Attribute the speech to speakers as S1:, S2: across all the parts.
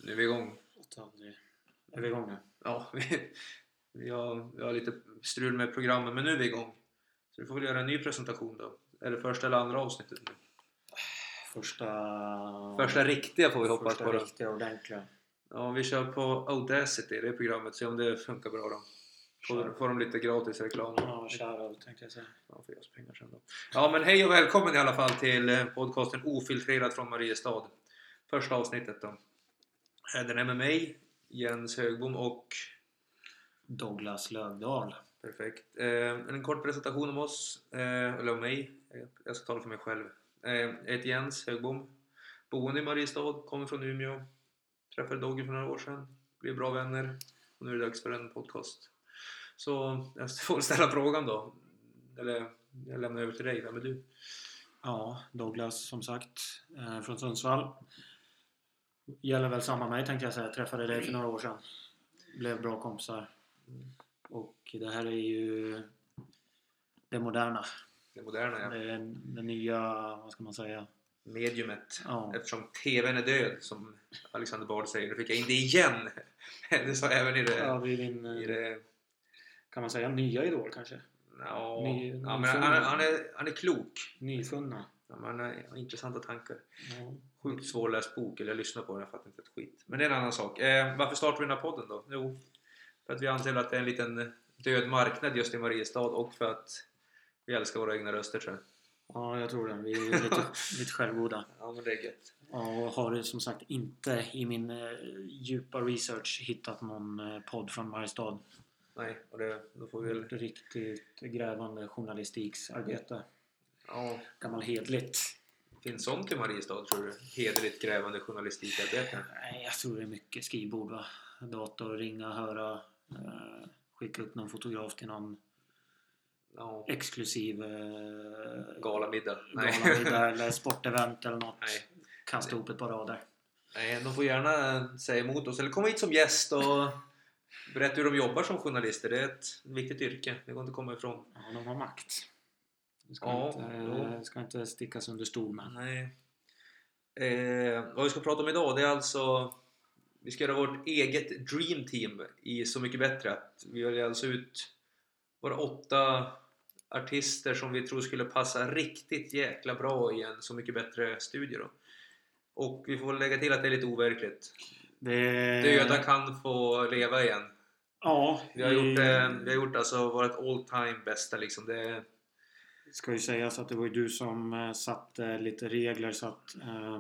S1: Nu är vi igång.
S2: Är vi igång nu?
S1: Ja, vi har lite strul med programmen, men nu är vi igång. Så vi får väl göra en ny presentation då. Är det första eller andra avsnittet nu? Första riktiga får vi hoppas på.
S2: Första riktiga ordentliga.
S1: Ja, vi kör på Audacity, det programmet. Se om det funkar bra då. Får de lite gratis reklam.
S2: Ja, shoutout tänkte jag säga.
S1: Ja, får jag pengar sen då. Ja, men hej och välkommen i alla fall till podcasten Ofiltrerat från Mariestad. Första avsnittet då. Den är med mig, Jens Högbom och
S2: Douglas Lövdahl.
S1: Perfekt. En kort presentation om oss, eller om mig. Jag ska tala för mig själv. Jag heter Jens Högbom, boende i Mariestad, kommer från Umeå. Träffade Dogge för några år sedan, blev bra vänner och nu är det dags för en podcast. Så jag får ställa frågan då. Eller jag lämnar över till dig, vem är du?
S2: Ja, Douglas som sagt, från Sundsvall. Gäller väl samma mig tänkte jag säga. Jag träffade dig för några år sedan. Blev bra kompisar. Och det här är ju det moderna.
S1: Det moderna, ja.
S2: Det är det nya, vad ska man säga?
S1: Mediumet.
S2: Ja.
S1: Eftersom tvn är död, som Alexander Bard säger. Nu fick jag in det igen. Det sa även i det.
S2: Ja, det är din,
S1: i det.
S2: Kan man säga nya idol kanske?
S1: Ja,
S2: Men
S1: han är klok.
S2: Nyfunna.
S1: Ja, men han har intressanta tankar.
S2: Ja.
S1: Sjukt svårläst bok, eller jag lyssnar på den, jag fattar inte ett skit. Men det är en annan sak. Varför startar vi den här podden då? Jo, för att vi anser att det är en liten död marknad just i Mariestad och för att vi älskar våra egna röster, tror jag.
S2: Ja, jag tror det. Vi är lite självgoda.
S1: Ja, men det är gött.
S2: Ja, och har som sagt inte i min djupa research hittat någon podd från Mariestad.
S1: Nej, och då får vi väl...
S2: Riktigt grävande journalistiksarbete.
S1: Ja.
S2: Gammal hedligt.
S1: Finns sånt i Mariestad, tror du? Hederligt grävande journalistikarbete?
S2: Nej, jag tror det är mycket skrivbord, va? Dator, ringa, höra, skicka upp någon fotograf till någon exklusiv
S1: galamiddag
S2: eller sportevent eller något.
S1: Nej.
S2: Kasta ihop ett par rader.
S1: Nej, de får gärna säga emot oss eller komma hit som gäst och berätta hur de jobbar som journalister. Det är ett viktigt yrke, det går inte att komma ifrån.
S2: Ja, de har makt. Det ska inte stickas under stol med.
S1: Nej. Vad vi ska prata om idag, det är alltså vi ska göra vårt eget dream team i Så mycket bättre. Vi väljer alltså ut våra 8 artister som vi tror skulle passa riktigt jäkla bra i en Så mycket bättre studio då. Och vi får lägga till att det är lite overkligt. Döda kan få leva igen.
S2: Ja,
S1: vi har gjort alltså vårt all time bästa liksom. Det
S2: ska ju sägas att det var ju du som satte lite regler så att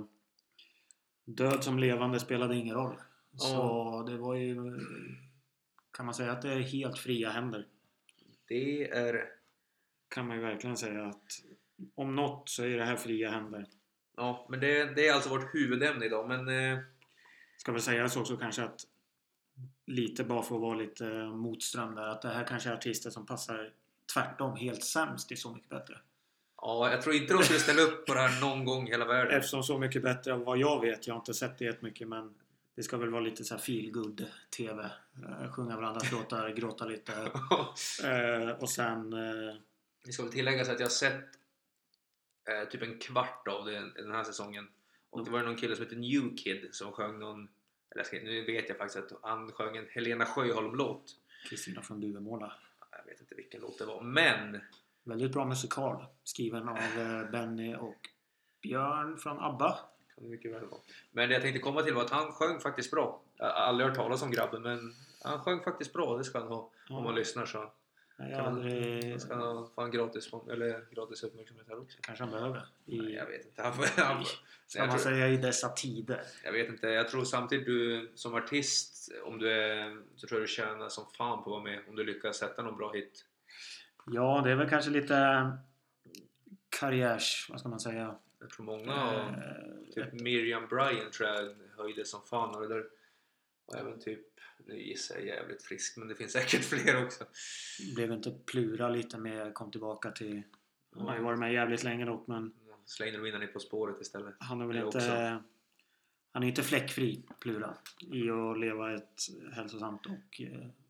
S2: död som levande spelade ingen roll. Så det var ju, kan man säga att det är helt fria händer. Det kan man ju verkligen säga att om något så är det här fria händer.
S1: Ja, men det är alltså vårt huvudämne idag. Men
S2: ska väl säga så också kanske att lite bara för att vara lite motström där, att det här kanske är artister som passar tvärtom helt sämst i Så mycket bättre.
S1: Ja, jag tror inte de skulle ställa upp på det här någon gång i hela världen.
S2: Eftersom Så mycket bättre av vad jag vet, jag har inte sett det jättemycket, men det ska väl vara lite så här feel good tv. Sjunga varandras låtar, gråta lite. Och sen...
S1: Vi ska väl tillägga så att jag har sett typ en kvart av den här säsongen. Och det var någon kille som heter New Kid som sjöng någon... Eller nu vet jag faktiskt att han sjöng en Helena Sjöholm-låt.
S2: Kristina från Duvemåla.
S1: Jag vet inte vilken låt det var, men...
S2: Väldigt bra musikal. Skriven av Benny och Björn från ABBA.
S1: Kan det mycket väl vara. Men det jag tänkte komma till var att han sjöng faktiskt bra. Jag har aldrig hört talas om grabben, men han sjöng faktiskt bra. Det ska han ha. Om man lyssnar så. Ska han få en gratis uppmärksamhet här också.
S2: Kanske han behöver.
S1: Nej, jag vet inte.
S2: Ska man säga i dessa tider?
S1: Jag vet inte. Jag tror samtidigt du som artist, om du är, så tror jag du tjänar som fan på att vara med. Om du lyckas sätta någon bra hit.
S2: Ja, det är väl kanske lite karriärs, vad ska man säga?
S1: Jag tror många typ Miriam Bryant tror jag höjde som fan och det där. Och även typ, nu gissar jag jävligt frisk, men det finns säkert fler också.
S2: Blev inte Plura lite mer, kom tillbaka till... Han har ju varit med jävligt länge dock, men...
S1: Slänger du in På spåret istället.
S2: Han är väl inte... Han är inte fläckfri, Plura, i att leva ett hälsosamt och...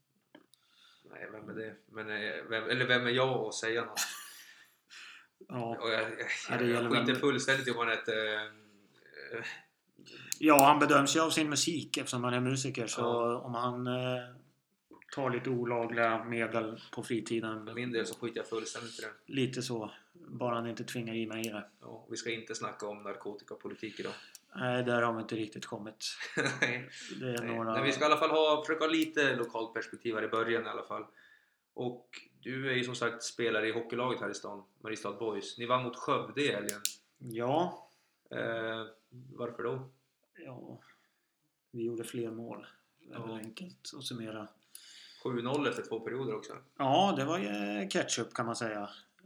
S1: Nej, vem är det? Men, vem är jag att säga något?
S2: Ja.
S1: Och jag skiter fullständigt om man heter
S2: Ja, han bedöms ju av sin musik eftersom han är musiker. Så
S1: Ja.
S2: om han tar lite olagliga medel på fritiden.
S1: För min del så skiter jag fullständigt i det.
S2: Lite så. Bara han inte tvingar i mig i det.
S1: Ja, vi ska inte snacka om narkotikapolitik idag.
S2: Nej, där har vi inte riktigt kommit.
S1: Nej.
S2: Det är några...
S1: Men vi ska i alla fall försöka ha lite lokalt perspektiv här i början i alla fall. Och du är ju som sagt spelare i hockeylaget här i stan, Mariestad Boys. Ni vann mot Skövde i helgen.
S2: Ja.
S1: Varför då?
S2: Ja. Vi gjorde fler mål. Det är väl enkelt att summera.
S1: 7-0 efter 2 perioder också.
S2: Ja, det var ju ketchup kan man säga.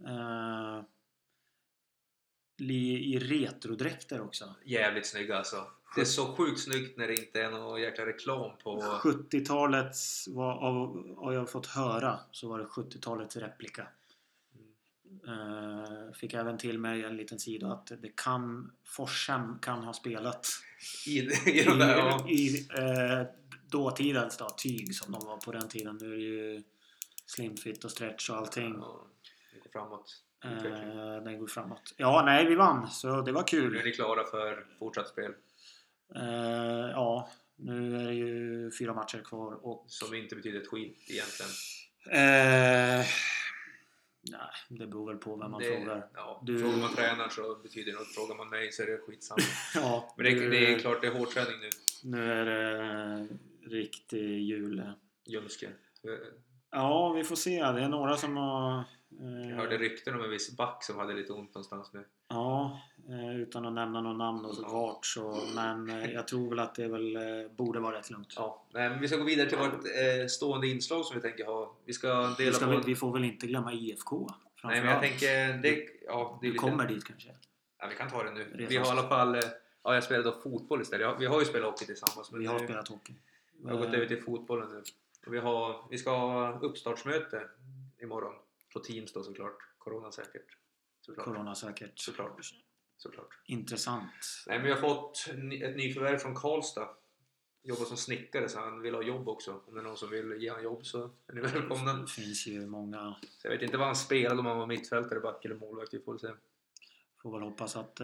S2: I retrodräkter också.
S1: Jävligt snygga alltså. Det är så sjukt snyggt när det inte är någon jäkla reklam på...
S2: 70-talets, vad jag har fått höra, så var det 70-talets replika. Fick även till mig en liten sida att det Forshem kan ha spelat
S1: I de där, ja.
S2: i dåtidens då, tyg som de var på den tiden. Nu är det ju slimfit och stretch och allting.
S1: Ja, det går framåt.
S2: Den går framåt. Ja, nej, vi vann. Så det var kul.
S1: Nu är ni klara för fortsatt spel.
S2: Ja, nu är det ju 4 matcher kvar. Och,
S1: som inte betyder ett skit egentligen.
S2: Nej, det beror väl på vem man frågar.
S1: Ja, frågar man tränaren så betyder det något. Frågar man mig så är det skitsamma.
S2: Ja,
S1: men det är klart det är hårdträning nu.
S2: Nu är det riktig jul.
S1: Ljumske.
S2: Ja, vi får se. Det är några som har...
S1: Jag hörde rykten om en viss back som hade lite ont någonstans nu.
S2: Ja, utan att nämna någon namn och vart så. Men jag tror väl att det väl borde vara rätt lugnt.
S1: Ja, men vi ska gå vidare till vårt stående inslag som vi tänker ha. Vi ska dela
S2: vi får väl inte glömma IFK.
S1: Nej, men jag tänker... Det
S2: du
S1: lite...
S2: kommer dit kanske?
S1: Ja, vi kan ta det nu. Vi har i alla fall... Ja, jag spelade då fotboll istället. Vi har ju spelat hockey tillsammans. Men
S2: vi har spelat hockey.
S1: Vi har gått över till fotbollen nu. Och vi ska ha uppstartsmöte imorgon. På Teams då såklart. Coronasäkert.
S2: Coronasäkert.
S1: Såklart.
S2: Intressant.
S1: Nej, men vi har fått ett nyförvärv från Karlstad. Jobbar som snickare så han vill ha jobb också. Om det är någon som vill ge han jobb så är ni välkomna.
S2: Det finns ju många...
S1: Så jag vet inte vad han spelade, om han var mittfältare, back eller målvakt. Vi får se.
S2: Får väl hoppas att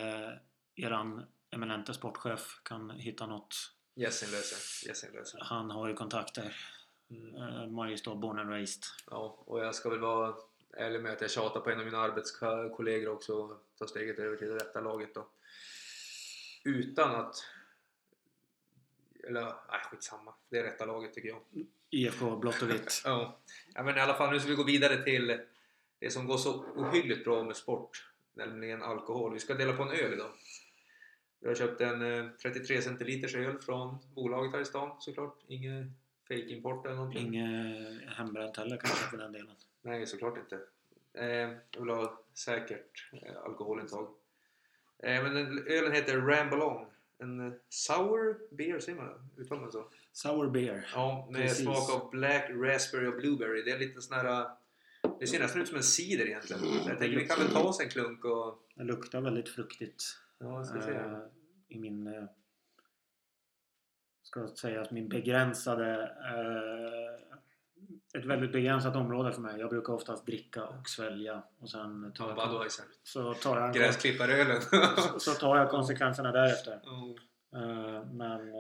S2: eran eminente sportchef kan hitta något.
S1: Jessin löser.
S2: Han har ju kontakter. Mariestad born and raised.
S1: Ja, och jag ska väl vara ärlig med att jag tjatar på en av mina arbetskollegor också och ta steget över till det rätta laget då. Utan att... Eller, nej skitsamma. Det är rätta laget tycker jag.
S2: IFK blått och vitt.
S1: Ja, men i alla fall nu ska vi gå vidare till det som går så ohyggligt bra med sport. Nämligen alkohol. Vi ska dela på en öl idag. Vi har köpt en 33 centiliters öl från bolaget här i stan såklart. Ingen fake import eller någonting.
S2: Ingen hembränt heller kanske för den delen.
S1: Nej, såklart inte. Jag vill ha säkert alkoholintag. Men ölen heter Rambalong. En sour beer, säger man det? Uttalar man så?
S2: Sour beer.
S1: Ja, med
S2: precis.
S1: smak av black, raspberry och blueberry. Det är lite sån här... Det ser nästan ut som en cider egentligen. Jag tänker vi kan väl ta oss en klunk och...
S2: Det luktar väldigt fruktigt.
S1: Ja, jag ska se.
S2: I min... ska säga att min begränsade... ett väldigt begränsat område för mig. Jag brukar oftast dricka och svälja. Och sen tar jag
S1: gräsklipparölen.
S2: så tar jag konsekvenserna därefter. Men...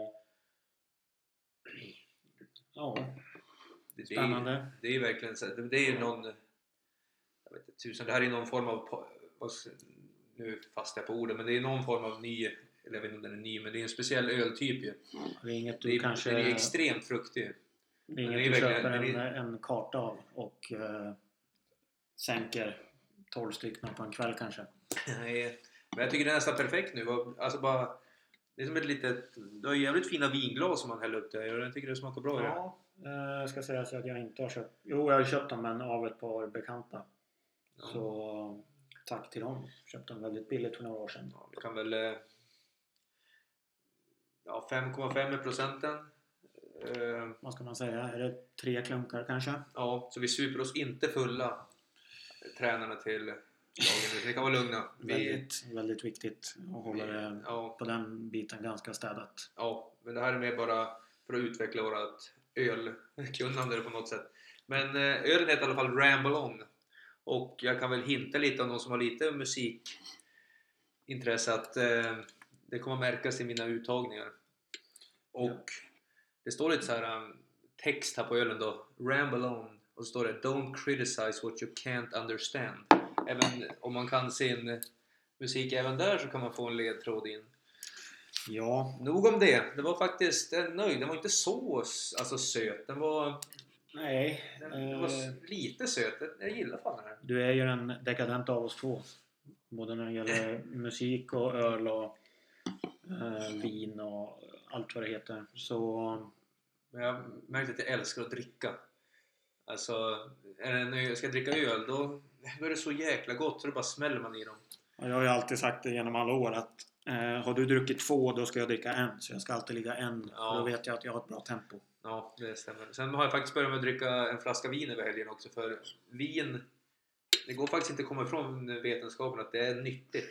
S2: Ja. Spännande.
S1: Det är ju verkligen så. Det är ju någon... Jag vet inte tusen. Det här är någon form av... Nu fastnar jag på orden. Men det är någon form av ny... Eller jag vet inte om den är ny. Men det är en speciell öltyp ju.
S2: Det är inget
S1: du kanske... Den är extremt fruktig.
S2: Det är inget du köper en karta av och sänker 12 stycken på en kväll kanske.
S1: Nej, men jag tycker det är nästan perfekt nu. Alltså bara, det är som ett litet... Du har jävligt fina vinglas som man häller upp där. Jag tycker det smakar bra.
S2: Ja, jag ska säga så att jag inte har köpt... Jo, jag har köpt dem men av ett par bekanta. Ja. Så tack till dem. Köpte dem väldigt billigt för några år sedan.
S1: Ja, vi kan väl... 5,5%.
S2: Vad ska man säga? Är det 3 klunkar kanske?
S1: Ja, så vi super oss inte fulla tränarna till lagen. Ni kan vara lugna.
S2: Väldigt viktigt att hålla det på den biten ganska städat.
S1: Ja, men det här är mer bara för att utveckla vårat ölkunnande på något sätt. Men ölen heter i alla fall Rambalong. Och jag kan väl hinta lite om någon som har lite musikintresse att Det kommer märkas i mina uttagningar. Och det står lite så här text här på ölen då. Ramble on. Och så står det Don't criticize what you can't understand. Även om man kan sin musik även där så kan man få en ledtråd in.
S2: Ja.
S1: Nog om det. Det var faktiskt nöjd. Den var inte så alltså, söt. Den var...
S2: Nej.
S1: Den var lite söt. Jag gillar fan den här.
S2: Du är ju den dekadent av oss två. Både när det gäller musik och öl och vin och allt vad det heter. Så...
S1: Men jag märkte att jag älskar att dricka. Alltså, när jag ska dricka öl då är det så jäkla gott så det bara smäller man i dem.
S2: Jag har ju alltid sagt det genom alla år att har du druckit 2 då ska jag dricka 1. Så jag ska alltid ligga 1.
S1: Ja.
S2: För då vet jag att jag har ett bra tempo.
S1: Ja, det stämmer. Sen har jag faktiskt börjat med att dricka en flaska vin över helgen också. För vin, det går faktiskt inte att komma ifrån vetenskapen att det är nyttigt.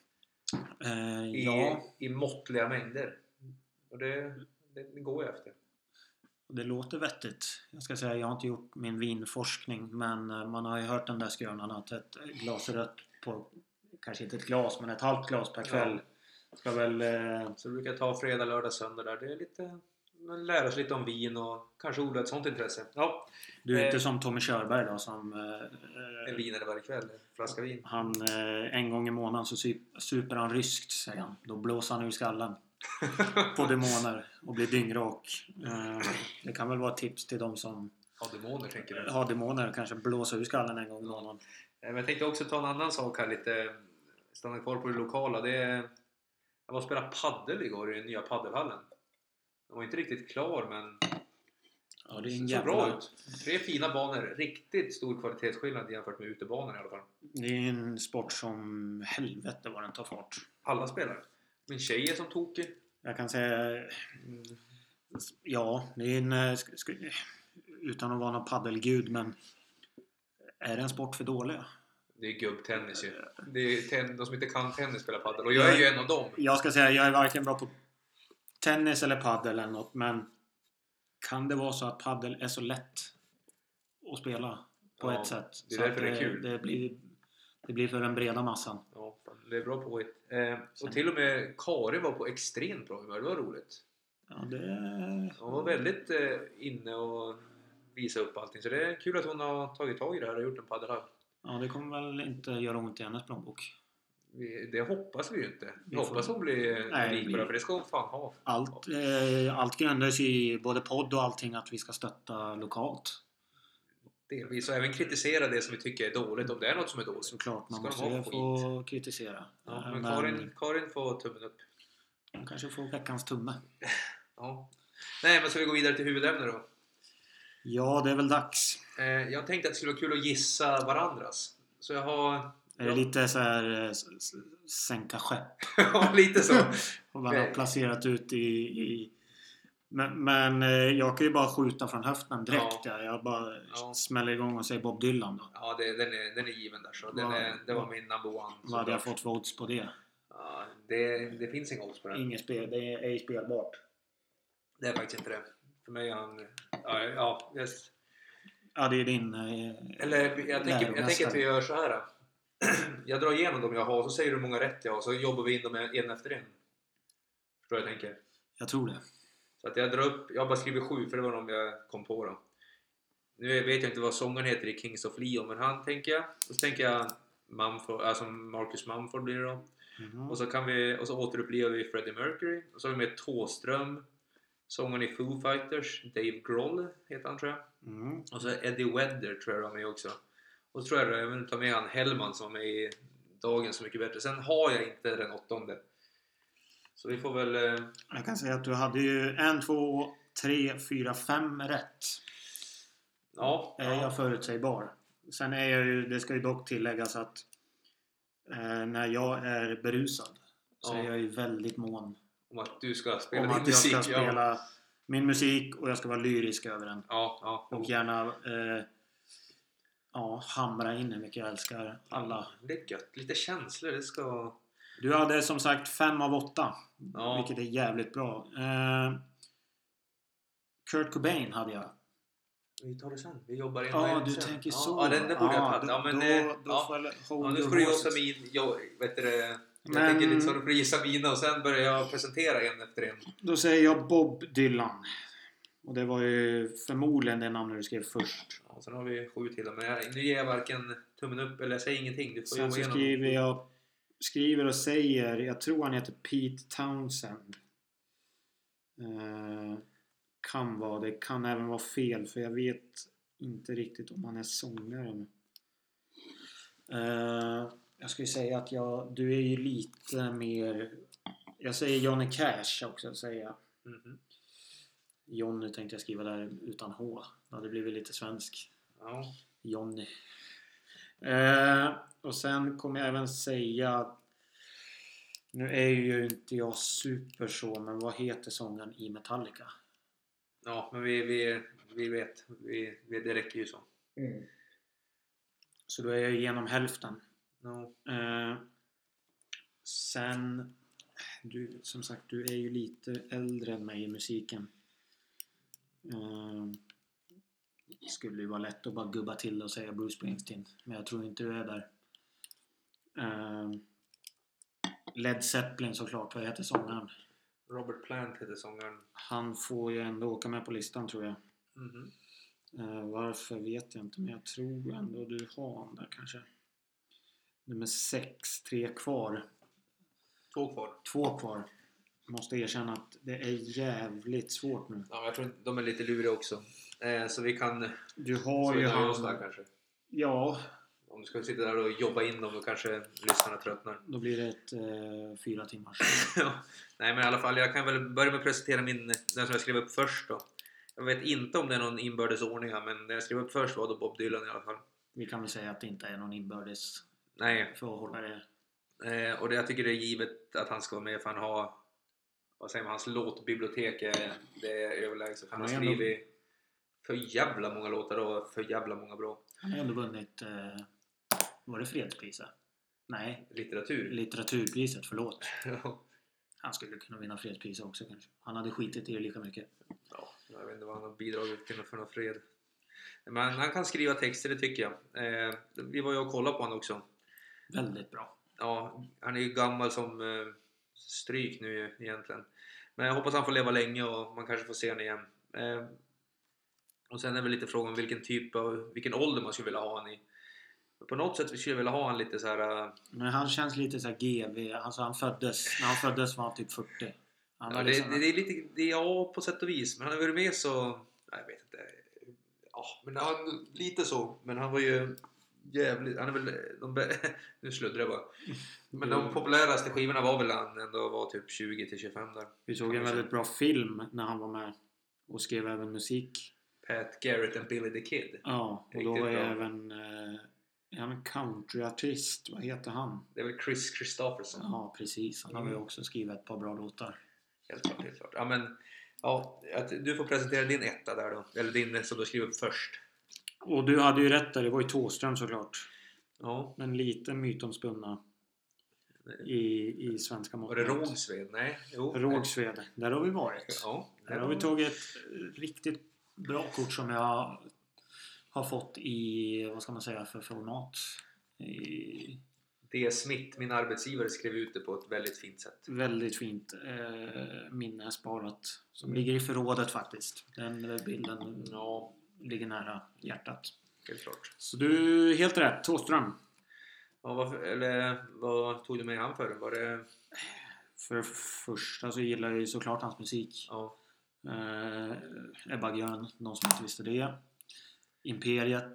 S1: I måttliga mängder. Och det går jag efter.
S2: Det låter vettigt. Jag ska säga, jag har inte gjort min vinforskning. Men man har ju hört den där skrönan att ett glas rött på, kanske inte ett glas, men ett halvt glas per kväll. Ska väl...
S1: Så brukar jag ta fredag, lördag, söndag där. Det är lite... Man lär sig lite om vin och kanske odla ett sånt intresse. Ja.
S2: Du är inte som Tommy Körberg då som...
S1: en vinare varje kväll. Flaska vin.
S2: Han, en gång i månaden så super han ryskt, säger han. Då blåser han ur skallen. På demoner och blir dyngrak. Det kan väl vara ett tips till de som
S1: har demoner, tänker du?
S2: Har demoner, kanske blåsa ur skallen en gång i månaden.
S1: Men jag tänkte också ta en annan sak här lite. Stanna kvar på det lokala. Jag var och spelade paddel igår i den nya paddelhallen. Den var inte riktigt klar, men
S2: ja, det är en
S1: så bra ut. 3 fina banor. Riktigt stor kvalitetsskillnad jämfört med utebanor i alla fall.
S2: Det är en sport som helvete vad den tar fart.
S1: Alla spelar. Min tjej är som tokig.
S2: Jag kan säga... Ja, det är en... Utan att vara någon paddelgud, men... Är det en sport för dåliga?
S1: Det är gubbtennis ju. Det är de som inte kan tennis spelar paddel. Och jag är ju en av dem.
S2: Jag ska säga, jag är varken bra på tennis eller paddel eller något, men kan det vara så att paddel är så lätt att spela på ett sätt?
S1: Det är därför det är kul.
S2: Det blir för den breda massan.
S1: Ja, det är bra påhitt. Och till och med Karin var på extremt bra humör. Det var roligt.
S2: Ja,
S1: hon var väldigt inne och visa upp allting. Så det är kul att hon har tagit tag i det här och gjort en paddelhall.
S2: Ja, det kommer väl inte göra ont i hennes plånbok.
S1: Det hoppas vi ju inte. Vi hoppas hon blir rik på det, för det ska hon fan ha.
S2: Allt grundas i både podd och allting att vi ska stötta lokalt.
S1: Delvis, och även kritisera det som vi tycker är dåligt, om det är något som är dåligt.
S2: Såklart, man måste få kritisera.
S1: Ja, men Karin får tummen upp.
S2: Hon kanske får veckans tumme.
S1: Ja. Nej, men så vi går vidare till huvudämne då.
S2: Ja, det är väl dags.
S1: Jag tänkte att det skulle vara kul att gissa varandras. Så jag har...
S2: Är det lite så här sänka skepp?
S1: Ja, lite så.
S2: Och man har placerat ut Men jag kan ju bara skjuta från höften direkt. Ja. Jag bara smäller igång och säger Bob Dylan då.
S1: Ja, den är given där. Så det var min number one.
S2: Vad hade jag fått för odds på det?
S1: Ja, det finns inga odds på den.
S2: Inget spel, det är ej spelbart.
S1: Det är faktiskt inte det. För mig är han... Yes.
S2: Ja, det är din...
S1: Eller jag tänker att vi gör så här. Jag drar igenom dem jag har, så säger du hur många rätt jag har, så jobbar vi in dem en efter en. Förstår jag tänker?
S2: Jag tror det.
S1: Så att jag drar upp, jag har bara skrivit 7 för det var de jag kom på då. Nu vet jag inte vad sångaren heter i Kings of Leon, men han tänker jag. Och så tänker jag Marcus Mumford blir det då.
S2: Mm-hmm.
S1: Och så återupplivar vi Freddie Mercury. Och så har vi med Thåström, sångaren i Foo Fighters, Dave Grohl heter han, tror jag.
S2: Mm.
S1: Och så Eddie Vedder tror jag var med också. Och så tror jag vill ta med han Hellman som var med i Dagen Så Mycket Bättre. Sen har jag inte den 8:e. Så vi får väl...
S2: Jag kan säga att du hade ju 1, 2, 3, 4, 5 rätt.
S1: Ja.
S2: Är jag förutsägbar. Sen är jag ju, det ska ju dock tilläggas att när jag är berusad så är jag ju väldigt mån
S1: om att du ska spela
S2: din musik. Jag ska spela min musik och jag ska vara lyrisk över den.
S1: Ja.
S2: Och gärna hamra in hur mycket jag älskar alla.
S1: Det är gött. Lite känslor, det ska...
S2: Du hade som sagt 5 av 8. Vilket är jävligt bra. Kurt Cobain hade jag.
S1: Vi tar det sen. Vi jobbar in.
S2: Ja, du tänker så.
S1: Ja, den borde jag fatta.
S2: Då får jag
S1: nu får du jobba min... Vet du, Jag tänker lite så, du får gissa mina och sen börjar jag presentera en efter en.
S2: Då säger jag Bob Dylan. Och det var ju förmodligen det namnet du skrev först.
S1: Ja, sen har vi 7 till. Men nu ger jag varken tummen upp eller jag säger ingenting. Du får
S2: Sen så skriver och säger, jag tror han heter Pete Townsend. Kan vara, det kan även vara fel för jag vet inte riktigt om han är sångare. Jag skulle säga att du är ju lite mer, jag säger Johnny Cash också, säger jag. Johnny tänkte jag skriva där utan H. Det hade blivit lite svensk.
S1: Ja.
S2: Johnny. Och sen kommer jag även säga, nu är ju inte jag super så, men vad heter sången i Metallica?
S1: Ja, men vi vet. Det räcker ju så.
S2: Så då är jag igenom hälften.
S1: No.
S2: Sen, som sagt, du är ju lite äldre än mig i musiken. Skulle ju vara lätt att bara gubba till och säga Bruce Springsteen, men jag tror inte du är där. Led Zeppelin såklart, vad heter sångaren?
S1: Robert Plant heter sångaren.
S2: Han får ju ändå åka med på listan, tror jag. Varför vet jag inte, men jag tror ändå du har han där kanske. Nummer 6, 3 kvar. 2 kvar. Måste erkänna att det är jävligt svårt nu.
S1: Ja, jag tror de är lite luriga också. Så vi kan...
S2: Du har ju han...
S1: Där, kanske.
S2: Ja.
S1: Om du ska sitta där och jobba in dem, då kanske lyssnarna tröttnar.
S2: Då blir det ett 4 timmar.
S1: Ja. Nej, men i alla fall, jag kan väl börja med att presentera den som jag skrev upp först då. Jag vet inte om det är någon inbördes ordning, men det jag skrev upp först var då Bob Dylan i alla fall.
S2: Vi kan väl säga att det inte är någon inbördes.
S1: Nej.
S2: För att hålla det.
S1: Och det, jag tycker det är givet att han ska vara med, för han har, vad säger man, hans låtbibliotek det är överlägset. Han har skrivit för jävla många låtar och för jävla många bra.
S2: Han har ändå vunnit, var det fredspriset? Nej. Litteraturpriset, förlåt.
S1: Ja.
S2: Han skulle kunna vinna fredspriset också kanske. Han hade skitit i det lika mycket.
S1: Ja, jag vet inte vad han har bidragit till för någon fred. Men han kan skriva texter, det tycker jag. Vi var ju och kollade på honom också.
S2: Väldigt bra.
S1: Ja, han är ju gammal som stryk nu egentligen. Men jag hoppas han får leva länge och man kanske får se honom igen. Och sen är väl lite frågan vilken ålder man skulle vilja ha han i. På något sätt skulle jag vilja ha han lite så här.
S2: Men han känns lite så här GV. Alltså när han föddes var han typ 40.
S1: Ja, det är lite, ja, på sätt och vis. Men han har varit med så, nej, jag vet inte. Ja, men han lite så. Men han var ju jävligt, han är väl nu sluddrar jag bara. Men de populäraste skivorna var väl han ändå var typ 20-25 där.
S2: Vi såg en väldigt bra film när han var med och skrev även musik.
S1: Pat Garrett and Billy the Kid.
S2: Ja, och då var även en countryartist, vad heter han?
S1: Det är väl Chris Christopherson.
S2: Ja, precis. Han har ju också skrivit ett par bra låtar.
S1: Helt klart. Ja, men ja, du får presentera din etta där då. Eller din som du skrev upp först.
S2: Och du hade ju rätt där, det var ju Thåström såklart.
S1: Ja.
S2: Men lite mytomspunna i svenska mått.
S1: Var det Rågsved? Nej. Jo.
S2: Rågsved, där har vi varit.
S1: Ja.
S2: Där har vi tagit ett riktigt bra kort som jag har fått i, vad ska man säga, för format.
S1: D. Smith, min arbetsgivare, skrev ut det på ett väldigt fint sätt.
S2: Väldigt fint minne sparat. Som ligger i förrådet faktiskt. Den bilden ligger nära hjärtat.
S1: Helt klart.
S2: Så du, helt rätt, Thåström.
S1: Ja, vad tog du med han för? Var det...
S2: För det första så gillar jag ju såklart hans musik.
S1: Ja.
S2: Ebba Grön, någon som inte visste det. Imperiet.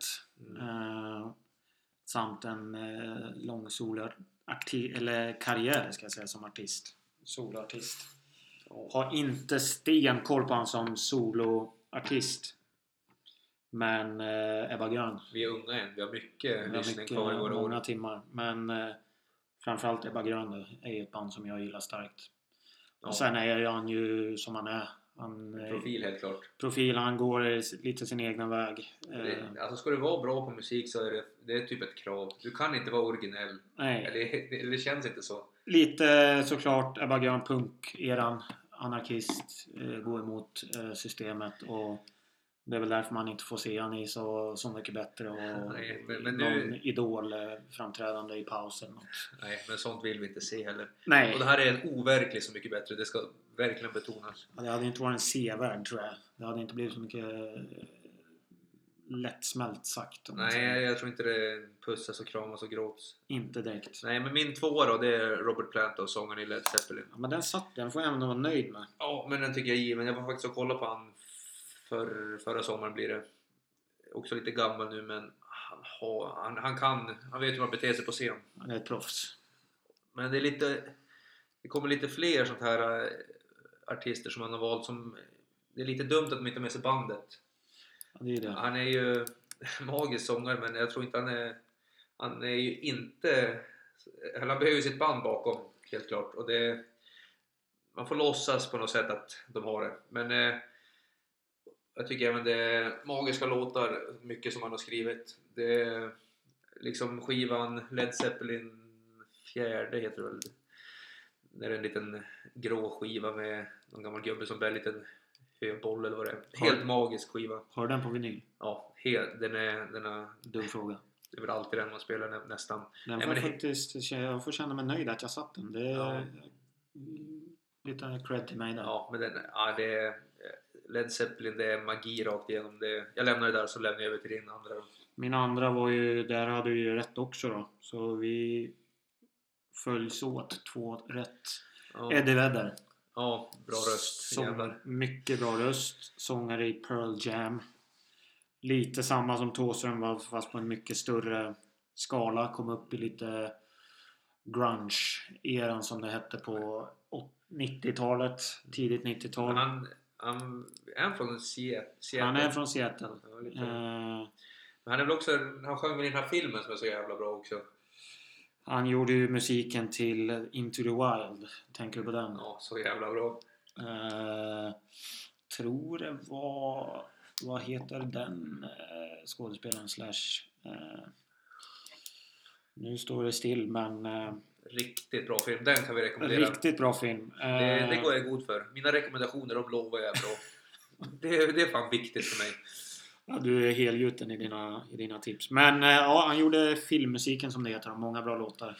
S2: Samt en lång karriär ska jag säga som artist. Soloartist. Har inte stenkoll på han som soloartist. Men Ebba Grön.
S1: Vi är unga än. Vi har mycket lyssning kvar i våra år.
S2: Många timmar. Men framförallt Ebba Grön är ett band som jag gillar starkt. Och sen är han ju som han är.
S1: Profil helt klart.
S2: Han går lite sin egna väg.
S1: Alltså ska du vara bra på musik så är det typ ett krav. Du kan inte vara originell.
S2: Nej.
S1: Eller det känns inte så.
S2: Lite såklart Ebba Grön punk eran anarkist, gå emot systemet och Det är väl därför man inte får se han i så mycket bättre och
S1: Nej, men
S2: någon
S1: nu...
S2: idol-framträdande i pausen.
S1: Nej, men sånt vill vi inte se heller.
S2: Nej.
S1: Och det här är en overklig så mycket bättre. Det ska verkligen betonas.
S2: Ja, det hade inte varit en sevärd, tror jag. Det hade inte blivit så mycket lättsmält sagt.
S1: Nej, jag tror inte det pussas och kramas och gråts.
S2: Inte direkt.
S1: Nej, men min tvåa då, det är Robert Plant och sången i Led Zeppelin.
S2: Ja, men den får jag ändå vara nöjd med.
S1: Ja, men den tycker jag är given. Jag var faktiskt och kolla på han förra sommaren blir det. Också lite gammal nu, men han vet hur man beter sig på scen.
S2: Han är ett proffs.
S1: Men det kommer lite fler sånt här artister som han har valt som... Det är lite dumt att de inte har med sig bandet.
S2: Ja, det är det.
S1: Han är ju magisk sångare, men jag tror inte han är ju inte... Han behöver ju sitt band bakom, helt klart. Och man får låtsas på något sätt att de har det. Men jag tycker även det är magiska låtar, mycket som han har skrivit. Det är liksom skivan Led Zeppelin 4 heter det väl. Det är en liten grå skiva med någon gammal gubbe som bär en liten höboll eller vad det är. Helt magisk skiva.
S2: Har du den på vinyl?
S1: Ja, den är
S2: Dum fråga.
S1: det är väl alltid den man spelar nästan.
S2: Den får jag får känna mig nöjd att jag satt den. Det är lite cred till mig där.
S1: Ja, men det är Led Zeppelin, det är magi rakt igenom. Jag lämnar det där, så lämnar jag över till din andra.
S2: Min andra var ju, där hade vi ju rätt också då. Så vi följs åt 2 rätt.
S1: Ja.
S2: Eddie Vedder.
S1: Ja, bra röst.
S2: Mycket bra röst. Sångare i Pearl Jam. Lite samma som Thåström, fast på en mycket större skala. Kom upp i lite grunge-eran som det hette på 90-talet. Tidigt 90-tal.
S1: Han är från Seattle.
S2: Han är från Seattle.
S1: Men han är väl också, han sjöng i den här filmen som är så jävla bra också.
S2: Han gjorde ju musiken till Into the Wild. Tänker du på den?
S1: Ja, så jävla bra.
S2: Tror det var... Vad heter den skådespelaren nu står det still, men...
S1: Riktigt bra film. Den kan vi rekommendera.
S2: Riktigt bra film.
S1: Det går jag god för. Mina rekommendationer, de lovar jag bra. Det är fan viktigt för mig.
S2: Ja, du är helgjuten i dina tips. Men ja, han gjorde filmmusiken som det heter. Många bra låtar.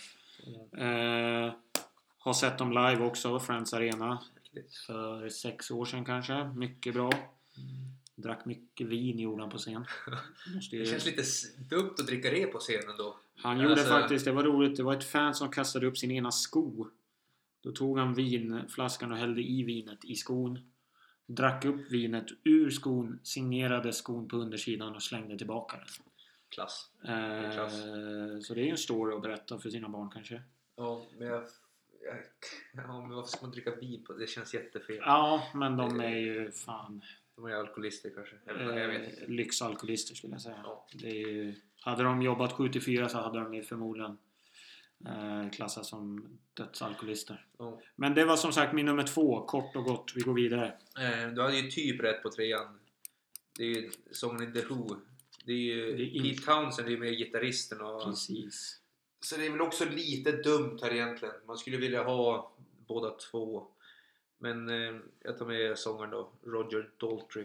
S2: Har sett dem live också. Friends Arena. För 6 år sedan kanske. Mycket bra. Drack mycket vin gjorde han på scen.
S1: Det känns lite dumt att dricka det på scenen då.
S2: Han gjorde faktiskt, det var roligt. Det var ett fan som kastade upp sin ena sko. Då tog han vinflaskan och hällde i vinet i skon. Drack upp vinet ur skon, signerade skon på undersidan och slängde tillbaka den.
S1: Klass.
S2: Så det är ju en story att berätta för sina barn kanske.
S1: Ja, men men varför ska man dricka vin på? Det känns jättefel.
S2: Ja, men de är ju fan...
S1: De är alkoholister kanske. Jag vet inte.
S2: Lyxalkoholister skulle jag säga.
S1: Ja.
S2: Det är ju, hade de jobbat 7-4 så hade de ju förmodligen klassas som dödsalkoholister.
S1: Ja.
S2: Men det var som sagt min nummer 2. Kort och gott, vi går vidare.
S1: Du hade ju typ rätt på 3an. Det är ju sången i The Who. Det är ju Pete Townsend, det är mer gitarristen.
S2: Precis.
S1: Så det är väl också lite dumt här egentligen. Man skulle vilja ha båda två. Men jag tar med sångaren då, Roger Daltrey.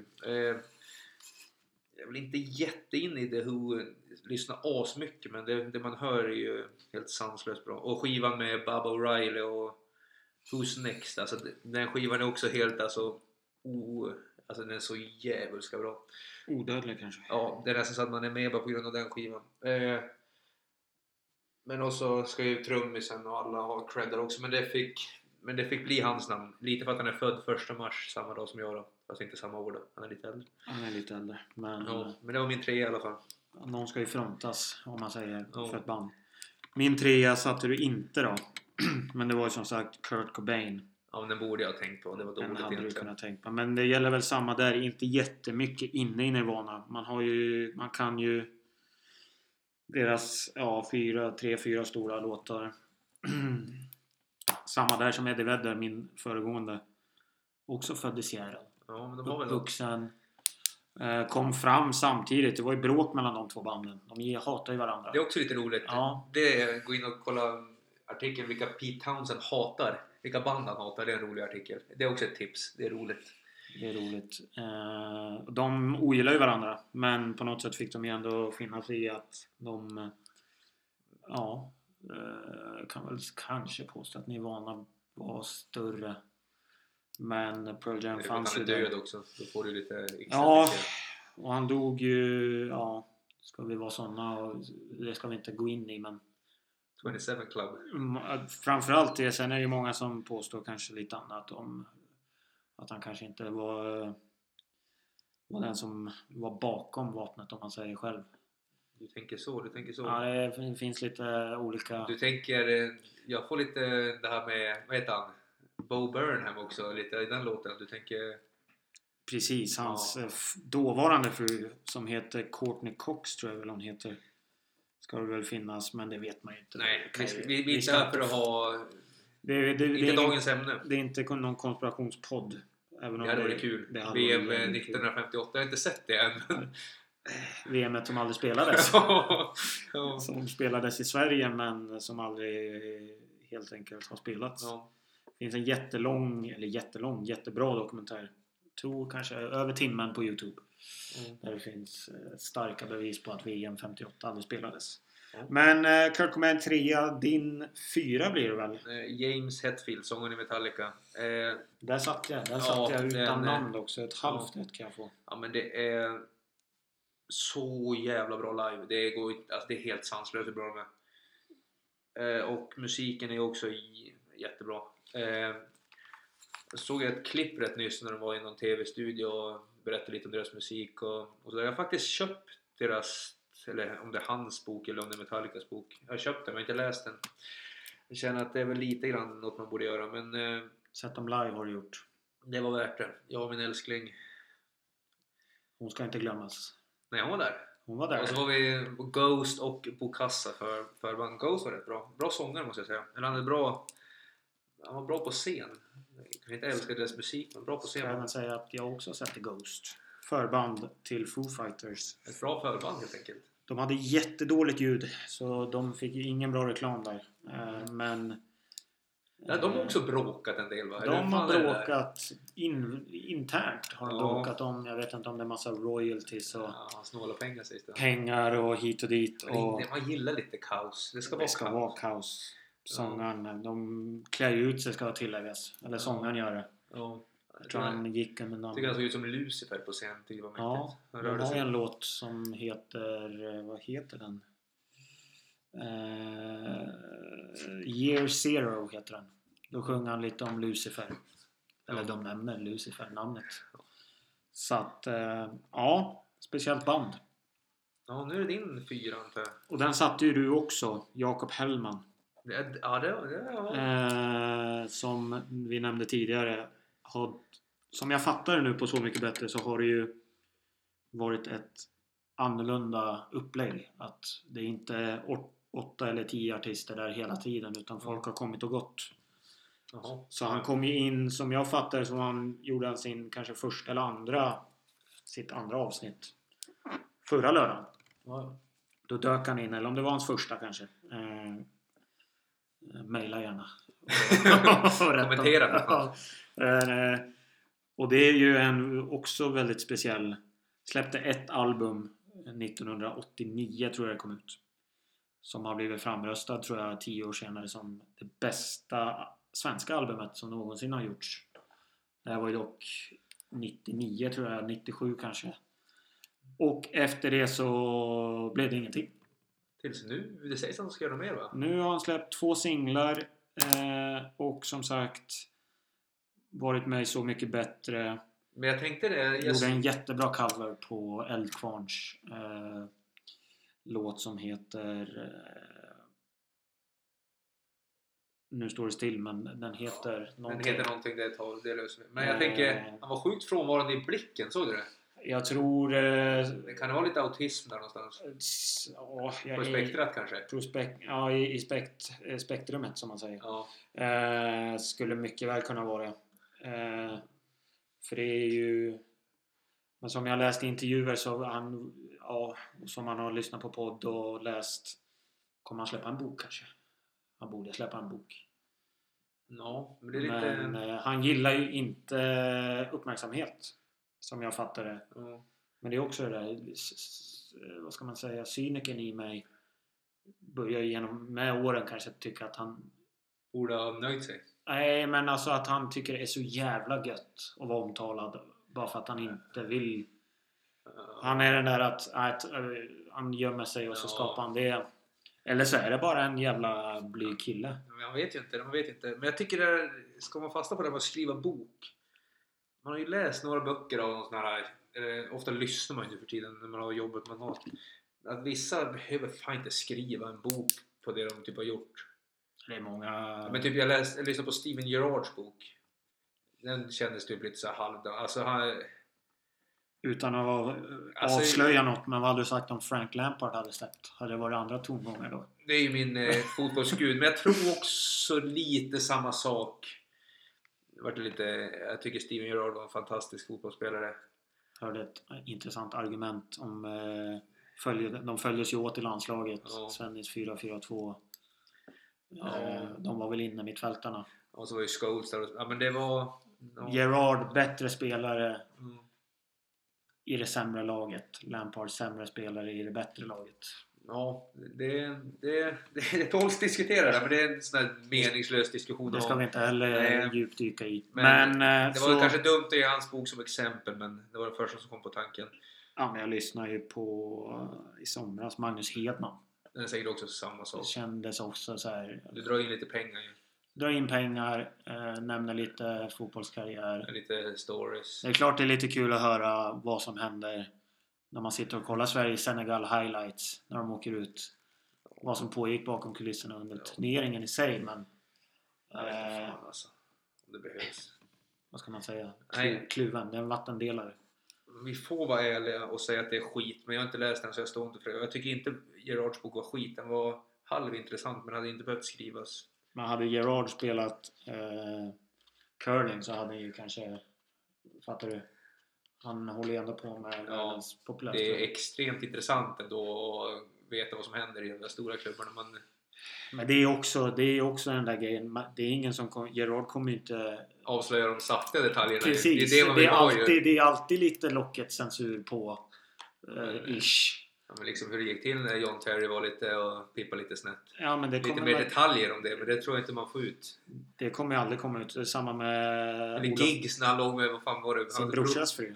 S1: Jag vill inte jätte in i The Who, lyssna asmycket, men det man hör är ju helt sanslöst bra. Och skivan med Baba O'Reilly och Who's Next, alltså den skivan är också helt alltså den är så jävulska bra.
S2: Odödlig kanske.
S1: Ja, det är nästan så att man är med bara på grund av den skivan. Men också ska ju trummisen och alla ha cred också, men det fick bli hans namn. Lite för att han är född 1 mars samma dag som jag då. Fast inte samma år då. Han är lite äldre.
S2: Han är lite äldre. Men
S1: det var min 3 i alla fall.
S2: Någon ska ju frontas om man säger för ett band. Min 3 satte du inte då. Men det var ju som sagt Kurt Cobain.
S1: Ja, men den borde jag ha tänkt på. Det var dåligt
S2: hade du kunnat tänka på. Men det gäller väl samma där. Inte jättemycket inne i Nirvana. Man kan ju deras 3-4 stora låtar. Samma där som Eddie Vedder, min föregående. Också född i Seattle.
S1: Ja, men de var väl
S2: uppvuxen. Kom fram samtidigt. Det var ju bråk mellan de 2 banden. De hatar ju varandra.
S1: Det är också lite roligt.
S2: Ja.
S1: Gå in och kolla artikeln vilka Pete Townsend hatar. Vilka band han hatar. Det är en rolig artikel. Det är också ett tips. Det är roligt.
S2: Det är roligt. De ogillar ju varandra, men på något sätt fick de ju ändå finna sig i att de kan väl kanske påstå att Nirvana var större. Men Pearl Jam fanns ju
S1: han är död också, då får du lite extra.
S2: Ja, och han dog ju, ska vi vara såna, och det ska vi inte gå in i, men
S1: 27 Club.
S2: Framförallt det, sen är det ju många som påstår kanske lite annat om att han kanske inte var den som var bakom vapnet, om man säger själv.
S1: Du tänker så.
S2: Ja, det finns lite olika.
S1: Du tänker, jag får lite det här med, vad heter han? Bo Burnham också, lite i den låten. Du tänker...
S2: Precis, hans dåvarande fru som heter Courtney Cox, tror jag väl hon heter. Ska det väl finnas, men det vet man ju inte.
S1: Nej, vi är där för att ha... inte dagens ämne.
S2: Det är inte någon konspirationspodd. Även om
S1: det hade varit kul. VM 1958, jag har inte sett det än.
S2: VM som aldrig spelades. Som spelades i Sverige, men som aldrig helt enkelt har spelats. Det finns en jättebra dokumentär. Jag tror kanske över timmen på YouTube. Där det finns starka bevis på att VM 58 aldrig spelades. Men Kurt Cobain 3, din 4 blir det väl?
S1: James Hetfield, sången i Metallica.
S2: Där satt jag utan namn också. Ett halvt rätt kan jag få.
S1: Ja, men det är så jävla bra live. Det är helt sanslöst hur bra med. Och musiken är också jättebra. Jag såg ett klipp rätt nyss när de var i någon tv-studio och berättade lite om deras musik och så där. Jag har faktiskt köpt deras, eller om det är hans bok eller om det är Metallicas bok. Jag har köpt den men inte läst den. Jag känner att det är väl lite grann något man borde göra, men
S2: sett dem live har du gjort.
S1: Det var värt det. Jag och min älskling.
S2: Hon ska inte glömmas.
S1: Nej, hon var där. Och så var vi Ghost och Bokassa för Ghost var rätt bra. Bra sångare måste jag säga. Eller han var bra på scen. Jag kan inte älska deras musik, men bra på scen.
S2: Jag kan säga att jag också sett Ghost. Förband till Foo Fighters.
S1: Ett bra förband helt enkelt.
S2: De hade jättedåligt ljud, så de fick ju ingen bra reklam där. Men...
S1: Ja, de har också bråkat en del, va?
S2: De har bråkat internt. Har de bråkat om, jag vet inte om det är massa royalties och
S1: snåla pengar, sägs det.
S2: Pengar och hit och dit.
S1: Man gillar lite kaos. Det ska vara
S2: kaos. Sångaren, de klär ut sig, ska tilläggas. Eller sångaren gör det.
S1: Ja.
S2: Jag tror han gick med namn.
S1: Tycker han såg ut som Lucifer på scen. Det var mäktigt.
S2: Ja, han har en låt som heter, vad heter den? Year Zero heter den. Då sjunger han lite om Lucifer. Eller de nämner Lucifer, namnet. Så att, speciellt band.
S1: Ja, nu är det din 4, antar jag.
S2: Och den satte ju du också, Jakob Hellman. Som vi nämnde tidigare. Som jag fattar det nu på Så mycket bättre, så har det ju varit ett annorlunda upplägg. Att det är inte 8 eller 10 artister där hela tiden, utan folk har kommit och gått. Så han kom ju in, som jag fattar, som han gjorde sin kanske första eller sitt andra avsnitt förra lördagen. Då dök han in, eller om det var hans första kanske. Maila gärna.
S1: Kommentera.
S2: Och det är ju också väldigt speciell. Släppte ett album 1989, tror jag det kom ut. Som har blivit framröstad, tror jag, 10 år senare som det bästa svenska albumet som någonsin har gjorts. Det här var ju dock 99, tror jag, 97 kanske. Och efter det så blev det ingenting.
S1: Tills nu, det sägs att han ska göra mer, va?
S2: Nu har han släppt 2 singlar och som sagt varit med Så mycket bättre.
S1: Men jag tänkte det.
S2: Gjorde en jättebra cover på Eldkvarns låt som heter nu står det still, men den heter någonting.
S1: Den heter någonting, det löser vi. Men jag tänker, han var sjukt frånvarande i blicken, såg du det?
S2: Jag tror...
S1: det kan vara lite autism där någonstans. På spektrat kanske?
S2: I spektrumet, som man säger. Skulle mycket väl kunna vara. För det är ju... Men som jag läst i intervjuer så han... som man har lyssnat på podd och läst, kommer han släppa en bok kanske? Han borde släppa en bok.
S1: Ja, men det är lite...
S2: Men han gillar ju inte uppmärksamhet. Som jag fattar det.
S1: Ja.
S2: Men det är också det där, vad ska man säga, cyniken i mig börjar genom med åren kanske tycka att han...
S1: Borde ha nöjt sig.
S2: Nej, men alltså att han tycker det är så jävla gött att vara omtalad. Bara för att han inte vill... Han är den där att han gömmer sig och så skapar han det. Eller så är det bara en jävla blyg kille.
S1: Man vet ju inte. Men jag tycker det ska man fasta på det med att skriva bok. Man har ju läst några böcker av någon sån här... Ofta lyssnar man ju för tiden när man har jobbet man har. Att vissa behöver fan inte skriva en bok på det de typ har gjort.
S2: Det är många...
S1: Men typ jag lyssnade på Steven Gerrards bok. Den kändes typ lite så här halvdan. Alltså han...
S2: Utan att avslöja något, men vad hade du sagt om Frank Lampard hade släppt? Hade det varit andra tongångar då?
S1: Det är ju min fotbollsgud. Men jag tror också lite samma sak. Jag tycker Steven Gerrard var en fantastisk fotbollsspelare.
S2: Hörde ett intressant argument om de följdes ju åt i landslaget. Svennis 4-4-2. De var väl inne mittfältarna.
S1: Och så var ju Scholes där. Ja, men det var...
S2: Gerrard bättre spelare i det sämre laget. Lampard sämre spelare i det bättre laget.
S1: Ja, det tåls diskutera det, men det är en sån här meningslös diskussion.
S2: Det ska vi inte heller djupdyka i.
S1: Men det var kanske dumt att ge hans bok som exempel, men det var det första som kom på tanken.
S2: Ja, men jag lyssnade ju på i somras Magnus Hedman.
S1: Den säger också samma sak.
S2: Det kändes också så här.
S1: Du drar in lite pengar ju.
S2: Drar in pengar, nämner lite fotbollskarriär.
S1: Lite stories.
S2: Det är klart det är lite kul att höra vad som händer när man sitter och kollar Sverige-Senegal highlights när de åker ut. Vad som pågick bakom kulisserna under turneringen i sig, men...
S1: Jag vet inte fan alltså. Om det behövs.
S2: Vad ska man säga?
S1: Nej.
S2: Kluven, det är en vattendelare.
S1: Vi får vara ärliga och säga att det är skit, men jag har inte läst den så jag står inte för det. Jag tycker inte Gerards bok var skit. Den var halvintressant, men hade inte behövt skrivas.
S2: Men hade Gerard spelat curling så hade ju kanske... Fattar du? Han håller ju ändå på med världens populäraste.
S1: Det är extremt intressant ändå att veta vad som händer i de där stora klubbarna.
S2: Men det är också den där grejen. Det är ingen som Gerard kommer inte
S1: avslöja de saftiga detaljerna.
S2: Precis.
S1: Det är det man vill ha ju.
S2: Det är alltid lite locket censur på ish.
S1: Ja, men liksom hur det gick till när John Terry var lite och pippa lite snett.
S2: Ja, men det
S1: lite mer detaljer om det, men det tror jag inte man får ut.
S2: Det kommer ju aldrig komma ut. Det är samma med
S1: Olof. Gigs när han låg med, vad fan var det?
S2: Sin brorsas fru.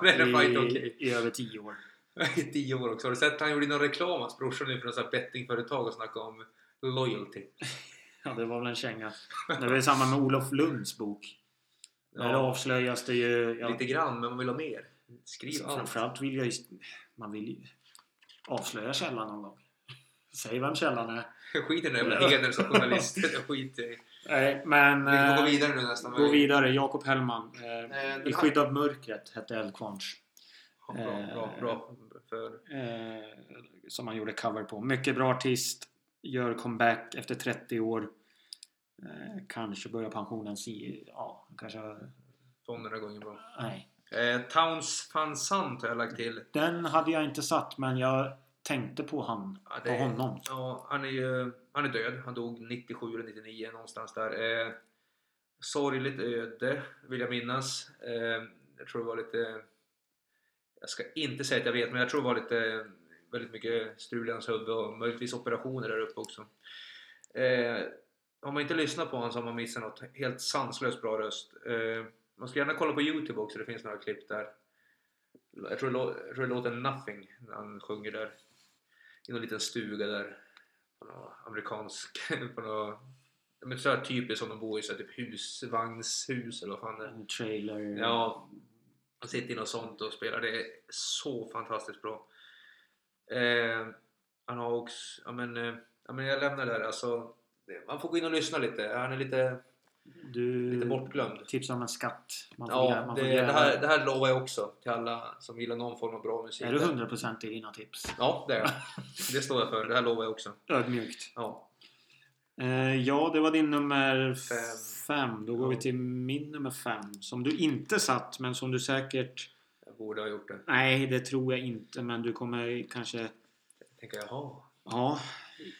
S2: I över 10 år.
S1: I 10 år också. Har du sett att han gjorde någon reklam hans brorsan nu för något bettingföretag och snackade om loyalty?
S2: Ja, det var väl en känga. Det var samma med Olof Lunds bok. Där avslöjas det ju...
S1: Ja, lite grann, men man vill ha mer. Skriv allt.
S2: Framförallt vill jag ju... Man vill ju avslöja källan någon gång. Säg vem källan är.
S1: Skit i den jävla heder som journalist. Skit i...
S2: Nej, men...
S1: Vi får gå vidare nu nästan.
S2: Gå vidare. Jakob Hellman. I skydd av mörkret hette Eldkvarns.
S1: Bra.
S2: Som han gjorde cover på. Mycket bra artist. Gör comeback efter 30 år. Kanske börjar pensionen kanske...
S1: Fonderna går bra.
S2: Nej.
S1: Towns Van Sant har jag lagt till.
S2: Den hade jag inte satt, men jag tänkte på honom.
S1: Ja, han är död. Han dog 97 eller 99 någonstans där. Sorgligt öde vill jag minnas. Jag tror det var lite... Jag ska inte säga att jag vet, men jag tror det var lite väldigt mycket strul i hans huvud och möjligtvis operationer där uppe också. Om man inte lyssnar på honom så har man missat något helt sanslöst bra röst. Man ska gärna kolla på YouTube också, det finns några klipp där. Jag tror det låter Nothing när han sjunger där. I någon liten stuga där. På någon amerikansk... på någon, men så här typiskt som de bor i, så här, typ husvagnshus eller vad fan det är.
S2: En trailer.
S1: Ja, han sitter i något sånt och spelar. Det är så fantastiskt bra. Han har också... Ja, men jag lämnar där. Alltså, man får gå in och lyssna lite. Han är lite bortglömd.
S2: Tips om en skatt.
S1: Det här lovar jag också till alla som gillar någon form av bra musik.
S2: Är du 100% i dina tips?
S1: Ja, det är jag. Det står jag för. Det här lovar jag också.
S2: Ödmjukt.
S1: Ja.
S2: Ja, det var din nummer 5. Då går vi till min nummer 5. Som du inte satt, men som du säkert...
S1: Jag borde ha gjort det.
S2: Nej, det tror jag inte. Men du kommer kanske...
S1: Tänker jag ha.
S2: Ja.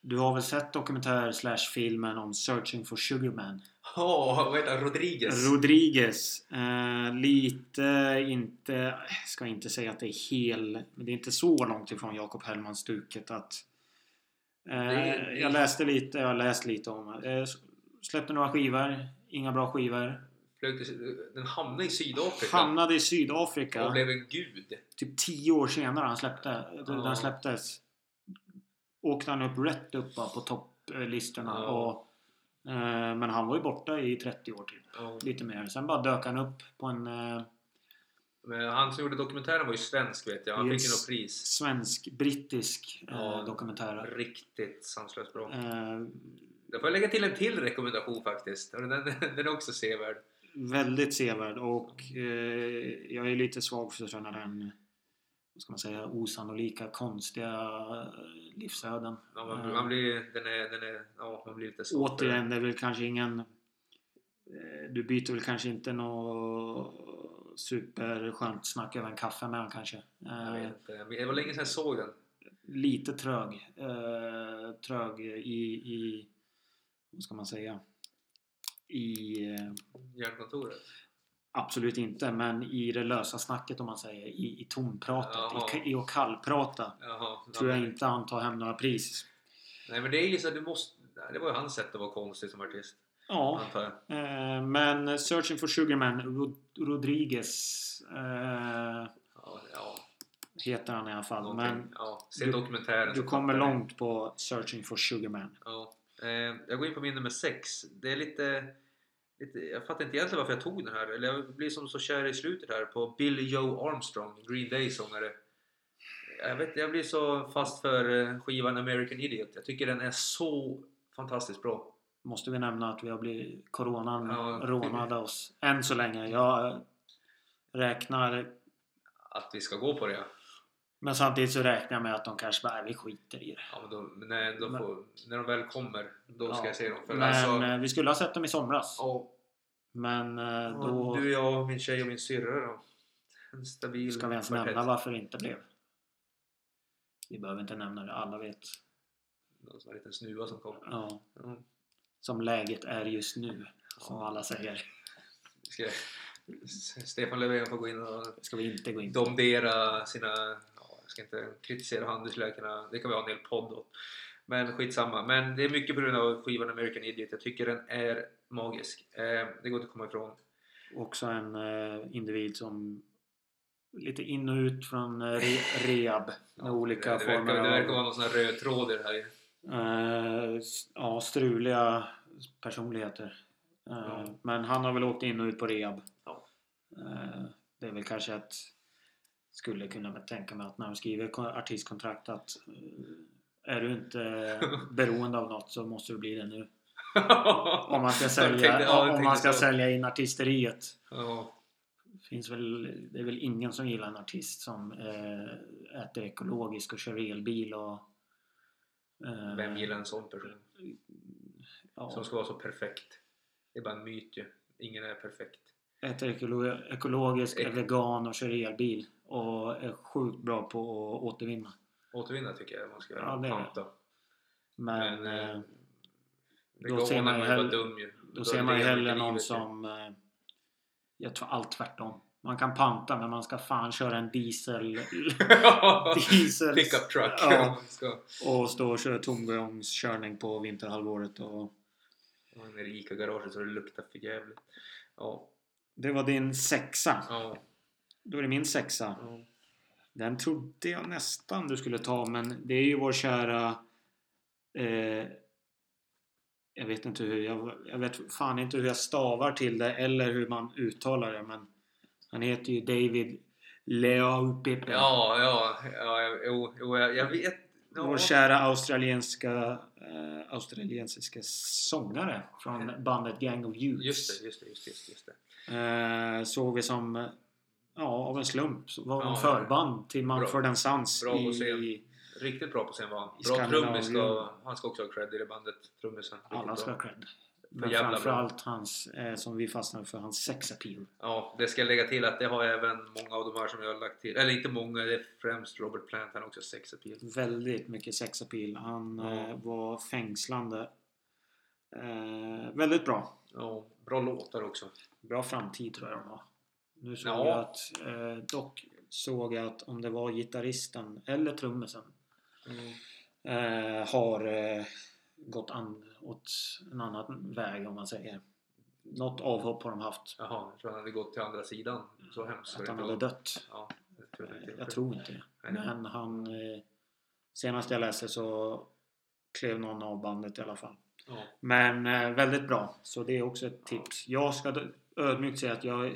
S2: Du har väl sett dokumentär/filmen om Searching for Sugar Man?
S1: Vad heter han?
S2: Rodriguez. Lite inte... Ska inte säga att det är men det är inte så långt ifrån Jakob Hellmans stuket att... Jag har läst lite om det. Släppte några skivor. Inga bra skivor.
S1: Den hamnade i Sydafrika.
S2: Och
S1: blev en gud.
S2: Typ 10 år senare den släpptes. Åkte han rätt upp på topplistorna. Men han var ju borta i 30 år till. Lite mer. Sen bara dök han upp på en...
S1: Men han som gjorde dokumentären var ju svensk, vet jag. Han fick ju något pris.
S2: Svensk-brittisk dokumentär.
S1: Riktigt sanslöst bra. Då får jag lägga till en till rekommendation faktiskt. Den är också sevärd.
S2: Väldigt sevärd. Och jag är lite svag för sådana där, vad ska man säga, osannolika, konstiga livsöden.
S1: Ja, man blir lite svag.
S2: Återigen, det är väl kanske ingen... Du byter väl kanske inte något superskönt snack över en kaffe med han kanske.
S1: Jag vet inte. Det var länge sedan jag såg den.
S2: Lite trög i vad ska man säga, i
S1: hjärnkontoret.
S2: Absolut inte, men i det lösa snacket, om man säger, i tonpratet, i och kallprata. Tror jag inte han tar hem några pris.
S1: Nej, men det är ju så, det var ju hans sätt att vara konstig som artist.
S2: Ja, men Searching for Sugar Man, Rodriguez heter han i alla fall. Men
S1: se dokumentären.
S2: Du kommer långt på Searching for Sugar Man.
S1: Ja. Jag går in på min nummer 6. Det är lite, jag fattar inte egentligen varför jag tog den här. Eller jag blir som så kär i slutet här på Billy Joe Armstrong, Green Day-sångare. Jag blir så fast för skivan American Idiot. Jag tycker den är så fantastiskt bra.
S2: Måste vi nämna att vi har blivit rånade oss än så länge. Jag räknar
S1: att vi ska gå på det.
S2: Men samtidigt så räknar jag med att de kanske bara, vi skiter i det.
S1: Ja, men när de väl kommer, då ska jag se dem.
S2: Men vi skulle ha sett dem i somras. Men då...
S1: Du, jag, min tjej och min syrra då. En stabil...
S2: Ska vi ens nämna varför det inte blev? Vi behöver inte nämna det, alla vet.
S1: Någon som har en liten snuva som kom.
S2: Ja. Som läget är just nu, som alla säger.
S1: Stefan Löfven får gå in och...
S2: Ska vi inte gå in?
S1: Domdera sina... Jag ska inte kritisera handelsläkarna. Det kan vi ha en hel podd åt. Men skitsamma. Men det är mycket på grund av skivan American Idiot. Jag tycker den är magisk. Det går inte att komma ifrån.
S2: Också en individ som lite in och ut från rehab med olika former.
S1: Det verkar vara någon sån här röd tråd i det här.
S2: Struliga personligheter. Men han har väl åkt in och ut på rehab. Det är väl kanske att skulle kunna tänka mig att när de skriver artistkontrakt att är du inte beroende av något så måste du bli det nu. Om man ska sälja in artisteriet. Det är väl ingen som gillar en artist som äter ekologiskt och kör elbil och
S1: vem gillar en sån person? Som ska vara så perfekt. Det är bara en myt ju. Ingen är perfekt.
S2: Äter ekologiskt, är vegan och kör elbil och är sjukt bra på att återvinna.
S1: Återvinna tycker jag man ska panta.
S2: Men då ser man ju hellre någon som jag tror allt tvärtom. Man kan panta, men man ska fan köra en diesel
S1: pickup truck.
S2: Och stå och köra tomgångskörning på vinterhalvåret och
S1: när i ICA-garaget så det luktar för jävligt.
S2: Det var din 6. Då är det min 6. Den trodde jag nästan du skulle ta, men det är ju vår kära jag vet inte hur jag vet fan inte hur jag stavar till det eller hur man uttalar det, men han heter ju David Leaupepe. Jag vet. Vår kära australiensiska sångare från bandet Gang of Youths.
S1: Just det.
S2: Såg vi som av en slump var en förband till Mumford & Sons.
S1: Bra på scen. Riktigt bra på scen var han. Bra trummis. Han ska också ha cred i det bandet. Trummisen.
S2: Alla ska ha cred. Men
S1: jävla bra.
S2: framförallt hans, som vi fastnade för, hans sexappeal.
S1: Ja, det ska jag lägga till att det har även många av de här som jag har lagt till. Eller inte många, det är främst Robert Plant, han har också sexappeal.
S2: Väldigt mycket sexappeal. Han
S1: Ja.
S2: var fängslande. Väldigt bra.
S1: Ja, bra låtar också.
S2: Bra framtid tror jag de har. Nu såg
S1: Ja.
S2: jag att dock såg jag att om det var gitarristen eller trummisen har gått åt en annan väg om man säger. Något avhopp har de haft.
S1: Jaha, jag tror han hade gått till andra sidan. Så hemskt.
S2: Att han hade dött.
S1: Ja,
S2: Jag tror inte det.
S1: Nej.
S2: Men han senast jag läste så klev någon av bandet i alla fall.
S1: Ja.
S2: Men väldigt bra. Så det är också ett tips. Jag ska ödmjukt säga att jag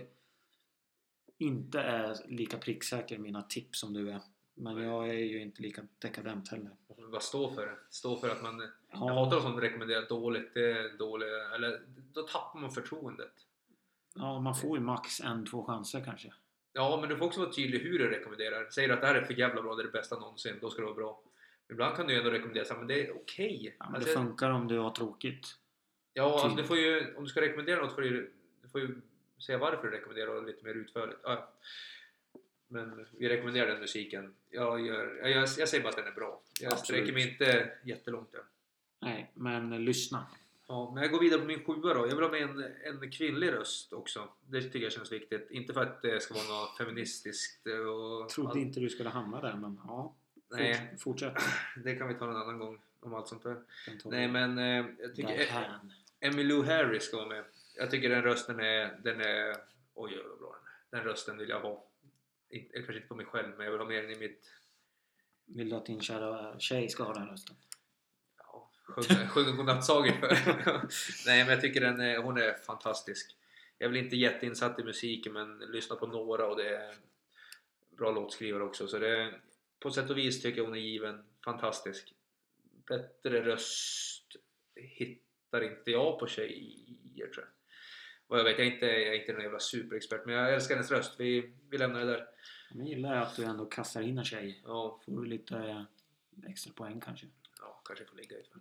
S2: inte är lika pricksäker i mina tips som du är. Men jag är ju inte lika dekadent heller.
S1: Man får bara stå för det. Stå för att man...
S2: Ja.
S1: Jag hatar de som rekommenderar dåligt. Det är dåligt. Eller då tappar man förtroendet.
S2: Ja, man får ju max 1-2 chanser kanske.
S1: Ja, men du får också vara tydlig hur du rekommenderar. Säger du att det här är för jävla bra, det är det bästa någonsin, då ska det vara bra. Ibland kan du ju ändå rekommendera så här, men det är okej.
S2: Ja, men det funkar om du har tråkigt.
S1: Ja, alltså du får ju, om du ska rekommendera något får du får ju säga varför du rekommenderar lite mer utförligt. Ja. Men vi rekommenderar den musiken. Jag säger bara att den är bra. Jag
S2: Absolut.
S1: sträcker mig inte jättelångt där.
S2: Nej, men lyssna.
S1: Ja, men jag går vidare på min 7 då. Jag vill ha med en kvinnlig röst också. Det tycker jag känns viktigt. Inte för att det ska vara något feministiskt. Och
S2: Trodde inte du skulle hamna där, men ja.
S1: Nej.
S2: Fortsätt.
S1: Det kan vi ta en annan gång om allt sånt där.
S2: Nej,
S1: men jag tycker Emmylou Harris ska vara med. Jag tycker den rösten är oj vad bra den rösten vill jag ha. Kanske inte på mig själv, men jag vill ha med den i mitt...
S2: Vill du att din kära tjej ska ha den rösten?
S1: Ja, sjunga godnattsagor för. Nej, men jag tycker hon är fantastisk. Jag är väl inte jätteinsatt i musiken, men lyssna på några och det är bra låtskrivare också. Så det på sätt och vis tycker jag hon är given. Fantastisk. Bättre röst hittar inte jag på tjejer, tror jag. Och jag vet, jag är inte någon jävla superexpert, men jag älskar hennes röst. Vi lämnar det där.
S2: Jag gillar att du ändå kastar in en tjej.
S1: Ja.
S2: Får du lite extra poäng kanske?
S1: Ja, kanske får ligga ut.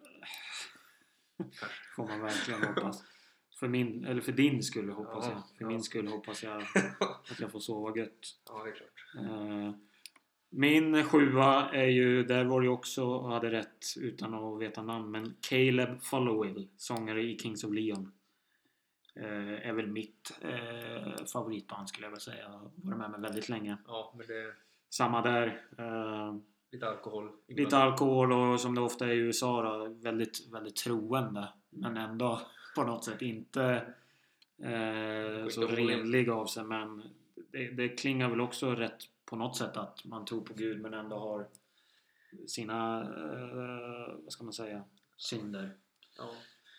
S2: Får man verkligen hoppas. För din skull hoppas jag. För min skull hoppas jag att jag får sova gött.
S1: Ja, det är klart.
S2: Min 7 är ju, där var det också, och hade rätt utan att veta namn, men Caleb Followill, sångare i Kings of Leon, är väl mitt favoritband skulle jag väl säga. Jag har varit med väldigt länge.
S1: Ja, men det...
S2: Samma där.
S1: Lite alkohol.
S2: Lite alkohol och som det ofta är i USA då, väldigt, väldigt troende. Men ändå på något sätt inte så renlig av sig. Men det klingar väl också rätt på något sätt att man tror på Gud men ändå har sina, vad ska man säga, synder.
S1: Ja.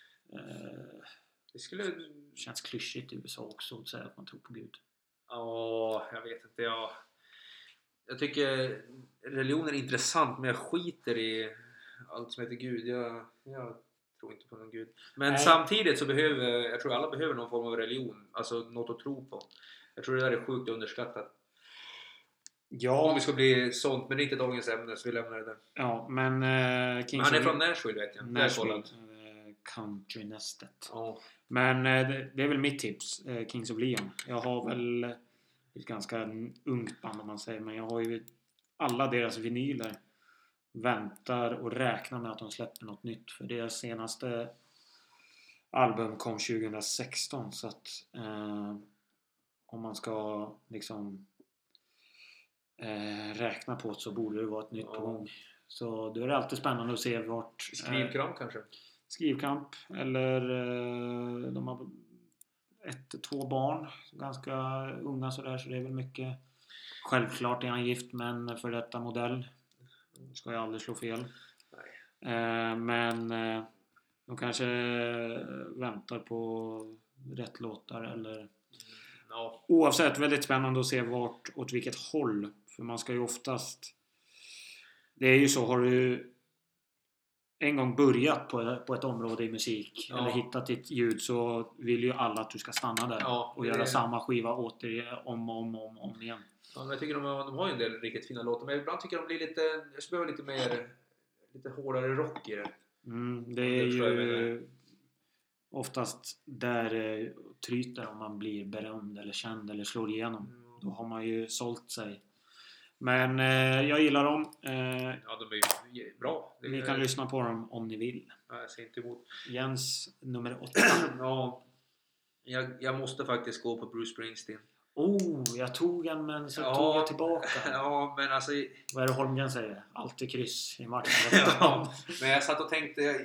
S1: Det
S2: känns klyschigt i USA också att säga att man tror på Gud.
S1: Ja, jag vet inte. Jag tycker religion är intressant, men jag skiter i allt som heter Gud. Jag tror inte på någon Gud. Men samtidigt så jag tror alla behöver någon form av religion. Alltså något att tro på. Jag tror det där är sjukt underskattat.
S2: Ja.
S1: Om vi ska bli sånt, men det är inte dagens ämne så vi lämnar det där.
S2: Ja, men
S1: han är från Nashville vet jag.
S2: Nashville. Country Nestet.
S1: Ja.
S2: Men det är väl mitt tips. Kings of Leon. Jag har väl ett ganska ungt band om man säger. Men jag har ju alla deras vinyler. Väntar och räknar med att de släpper något nytt. För deras senaste album kom 2016. Så att om man ska liksom räkna på det så borde det vara ett nytt på gång. Så då är det alltid spännande att se vart...
S1: Skrivkramp kanske?
S2: Skrivkamp. Eller de har 1-2 barn. Ganska unga sådär. Så det är väl mycket... Självklart är han gift men för detta modell. Ska jag aldrig slå fel. Men de kanske väntar på rätt låtar eller... Oavsett, väldigt spännande att se åt vilket håll. För man ska ju oftast... Det är ju så, har du en gång börjat på ett område i musik eller hittat ditt ljud så vill ju alla att du ska stanna där och göra samma skiva om igen.
S1: Ja, men jag tycker de har ju en del riktigt fina låtar, men ibland tycker jag de blir lite... Jag skulle behöva lite hårdare rock i det.
S2: Det är ju... oftast där tryter om man blir berömd eller känd eller slår igenom. Då har man ju sålt sig. Men jag gillar dem.
S1: Ja, de är ju bra.
S2: Ni kan lyssna på dem om ni vill.
S1: Jag ser inte emot.
S2: Jens nummer 8.
S1: Ja, jag måste faktiskt gå på Bruce Springsteen.
S2: Jag tog en men så tog jag tillbaka.
S1: Ja, men alltså...
S2: Vad är det Holmgren säger? Alltid kryss i matchen.
S1: Ja, men jag satt och tänkte...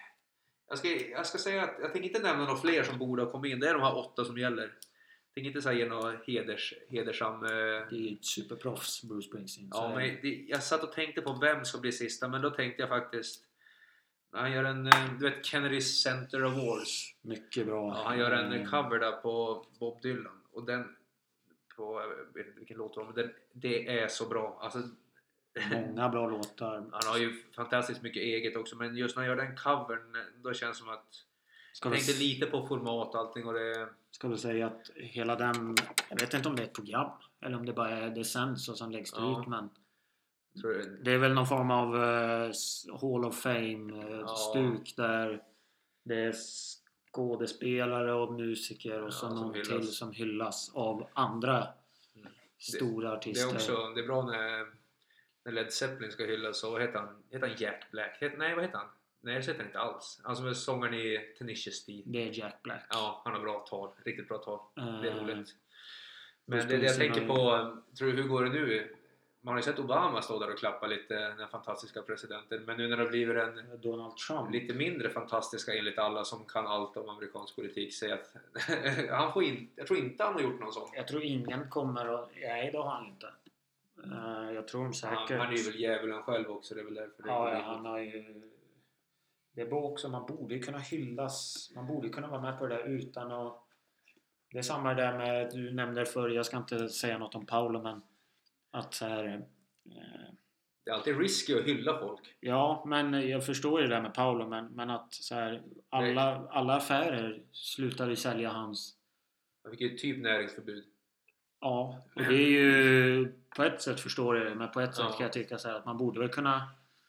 S1: Jag ska säga att jag tänker inte nämna några fler som borde ha kommit in. Det är de här 8 som gäller. Jag tänker inte säga några hedersam...
S2: Det är ju ett superproffs, Bruce Springsteen.
S1: Ja, men jag satt och tänkte på vem som blir sista. Men då tänkte jag faktiskt... Han gör en... Du vet, Kennedy Center Awards.
S2: Mycket bra.
S1: Ja, han gör en cover där på Bob Dylan. Och den... Jag vet inte vilken låt det var, men det är så bra. Alltså,
S2: många bra låtar.
S1: Han har ju fantastiskt mycket eget också, men just när han gör den covern, då känns det som att jag tänkte lite på format och allting. Och det...
S2: Ska du säga att hela den... Jag vet inte om det är ett program eller om det bara är det sänds och sen läggs det ut, men det är väl någon form av Hall of Fame stuk där det är skådespelare och musiker och så någon till som hyllas av andra stora artister.
S1: Det är bra när Led Zeppelin ska hyllas. Så heter han Jack Black? Nej, vad heter han? Nej, det heter han inte alls. Han som är sångaren i Tenacious D.
S2: Det är Jack Black.
S1: Ja, han har bra tal. Riktigt bra tal. Det är roligt. Men det jag tänker på, tror du, hur går det nu? Man har ju sett Obama stå där och klappa lite, den fantastiska presidenten. Men nu när det blivit en
S2: Donald Trump,
S1: lite mindre fantastiska enligt alla som kan allt om amerikansk politik, säger att han får jag tror inte han har gjort någon sån.
S2: Jag tror ingen kommer att... Nej, det har han inte. Jag tror säkert...
S1: Han är ju väl djävulen själv också, det är väl därför det
S2: ja, han har ju... Det är bara också, man borde kunna hyllas. Man borde kunna vara med på det där utan att... Det är samma där med, du nämnde förr, jag ska inte säga något om Paolo, men att så här...
S1: Det är alltid risky att hylla folk.
S2: Ja, men jag förstår ju det där med Paolo, men att så här, alla affärer slutade sälja hans...
S1: Han fick ju typ näringsförbud.
S2: Ja, och det är ju... På ett sätt förstår jag det, men på ett sätt kan jag tycka så här att man borde väl kunna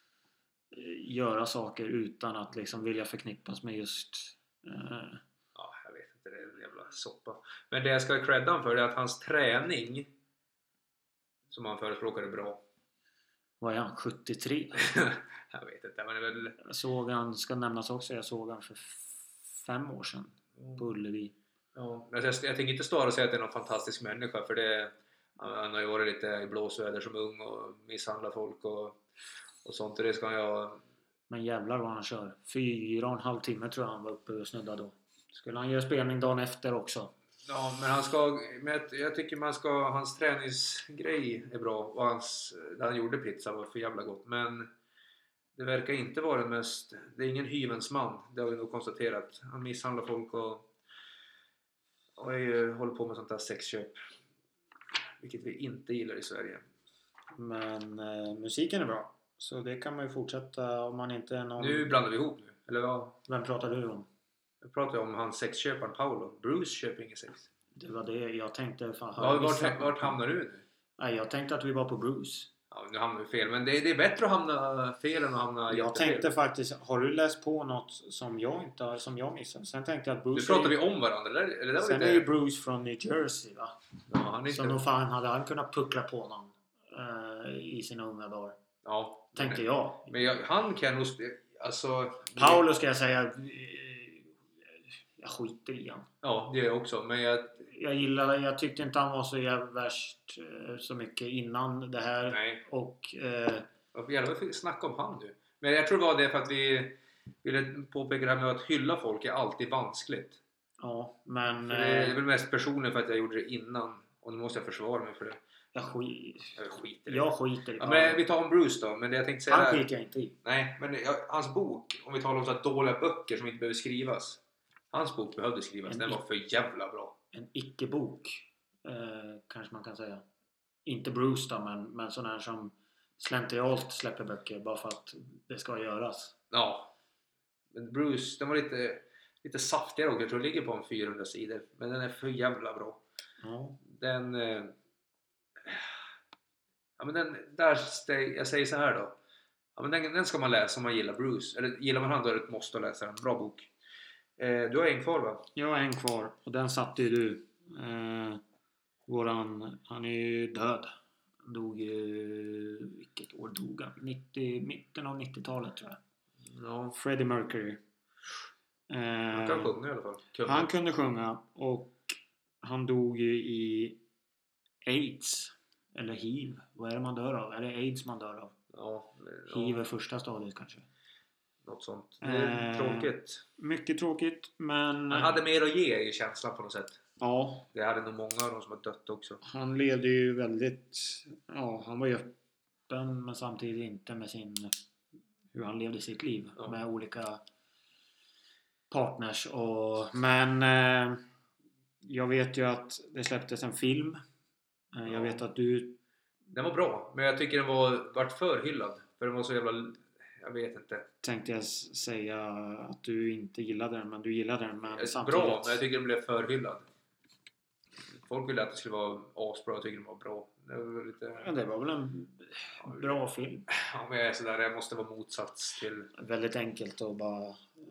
S2: göra saker utan att liksom vilja förknippas med just...
S1: Ja, jag vet inte, det är en jävla soppa. Men det jag ska credda han för är att hans träning som han förespråkar är bra.
S2: Vad är han? 73?
S1: Jag vet inte, men det är väl...
S2: Jag såg han, ska nämnas också, jag såg han för 5 år sedan på Ullevi.
S1: Ja, men jag tänker inte stå och säga att det är någon fantastisk människa, för det... Han har ju varit lite i blåsväder som ung och misshandlat folk och sånt, och det ska jag...
S2: Men jävlar vad han kör. 4,5 timmar tror jag han var uppe och snuddade då. Skulle han göra spelning dagen efter också?
S1: Ja, men han ska... Men jag tycker man ska... Hans träningsgrej är bra, och där han gjorde pizza var för jävla gott, men det verkar inte vara den mest... Det är ingen hyvensman, det har vi nog konstaterat. Han misshandlar folk och håller på med sånt där sexköp, vilket vi inte gillar i Sverige.
S2: Men musiken är bra, så det kan man ju fortsätta om man inte är någon...
S1: Nu blandar vi ihop nu, eller vad?
S2: Vem pratar du om?
S1: Jag pratar om hans sexköparen Paolo. Bruce köper ingen sex.
S2: Det var det jag tänkte.
S1: Fan, vart hamnar du nu?
S2: Nej, jag tänkte att vi var på Bruce.
S1: Ja, nu hamnar vi fel. Men det är bättre att hamna fel än att hamna
S2: Jag tänkte faktiskt, har du läst på något som jag inte som jag missade? Sen tänkte jag att Bruce...
S1: Nu pratar vi om varandra, eller det
S2: sen är ju Bruce från New Jersey, va?
S1: Ja, han är inte...
S2: Så nog fan hade han kunnat puckla på någon i sina unga dagar.
S1: Ja.
S2: Tänkte jag.
S1: Men han kan nog... Alltså...
S2: Paolo ska jag säga... Jag skiter i han.
S1: Ja, det är jag också. Men
S2: jag tyckte inte han var så jävla värst så mycket innan det här.
S1: Nej.
S2: Och...
S1: Varför gärna vi snacka om han nu? Men jag tror det var det för att vi ville påpeka det här med att hylla folk är alltid vanskligt.
S2: Ja, men...
S1: Det är väl mest personligt för att jag gjorde det innan. Och nu måste jag försvara mig för det.
S2: Jag skiter i.
S1: Ja, men vi tar om Bruce då. Men det jag tänkte säga
S2: han skiter jag inte i.
S1: Nej, men hans bok, om vi talar om så här dåliga böcker som inte behöver skrivas. Hans bok behövde skrivas. Den var för jävla bra.
S2: En icke-bok kanske man kan säga. Inte Bruce då, men sån här som slentrialt släpper böcker bara för att det ska göras.
S1: Ja. Men Bruce, den var lite saftigare och jag tror det ligger på en 400 sidor. Men den är för jävla bra.
S2: Ja.
S1: Den... Ja, men jag säger så här då. Ja, men den ska man läsa om man gillar Bruce. Eller gillar man han då är det ett måste att läsa den. Bra bok. Du har en kvar va?
S2: Jag har en kvar och den satte ju du. Han är ju död. Han dog ju... Vilket år dog han? Mitten av 90-talet tror jag.
S1: Ja.
S2: Freddie Mercury.
S1: Han kan sjunga i alla fall.
S2: Han kunde sjunga och han dog ju i AIDS. Eller HIV. Vad är det man dör av? Är det AIDS man dör av?
S1: Ja.
S2: HIV är första stadiet kanske.
S1: Något sånt. Det är tråkigt.
S2: Mycket tråkigt, men...
S1: Han hade mer att ge i känslan på något sätt.
S2: Ja.
S1: Det hade nog många av dem som har dött också.
S2: Han levde ju väldigt... Ja, han var ju öppen men samtidigt inte med hur han levde sitt liv.
S1: Ja.
S2: Med olika partners men jag vet ju att det släpptes en film. Jag vet att du...
S1: Den var bra, men jag tycker den vart förhyllad. För den var så jävla... Jag vet inte.
S2: Tänkte jag säga att du inte gillade den, men du gillade den. Men
S1: samtidigt... Bra, men jag tycker den blev förhyllad. Folk ville att det skulle vara asbra. Jag tycker den var bra. Det var lite...
S2: Ja, det var väl en bra film.
S1: Ja, men jag är sådär, jag måste vara motsats till...
S2: Väldigt enkelt att bara...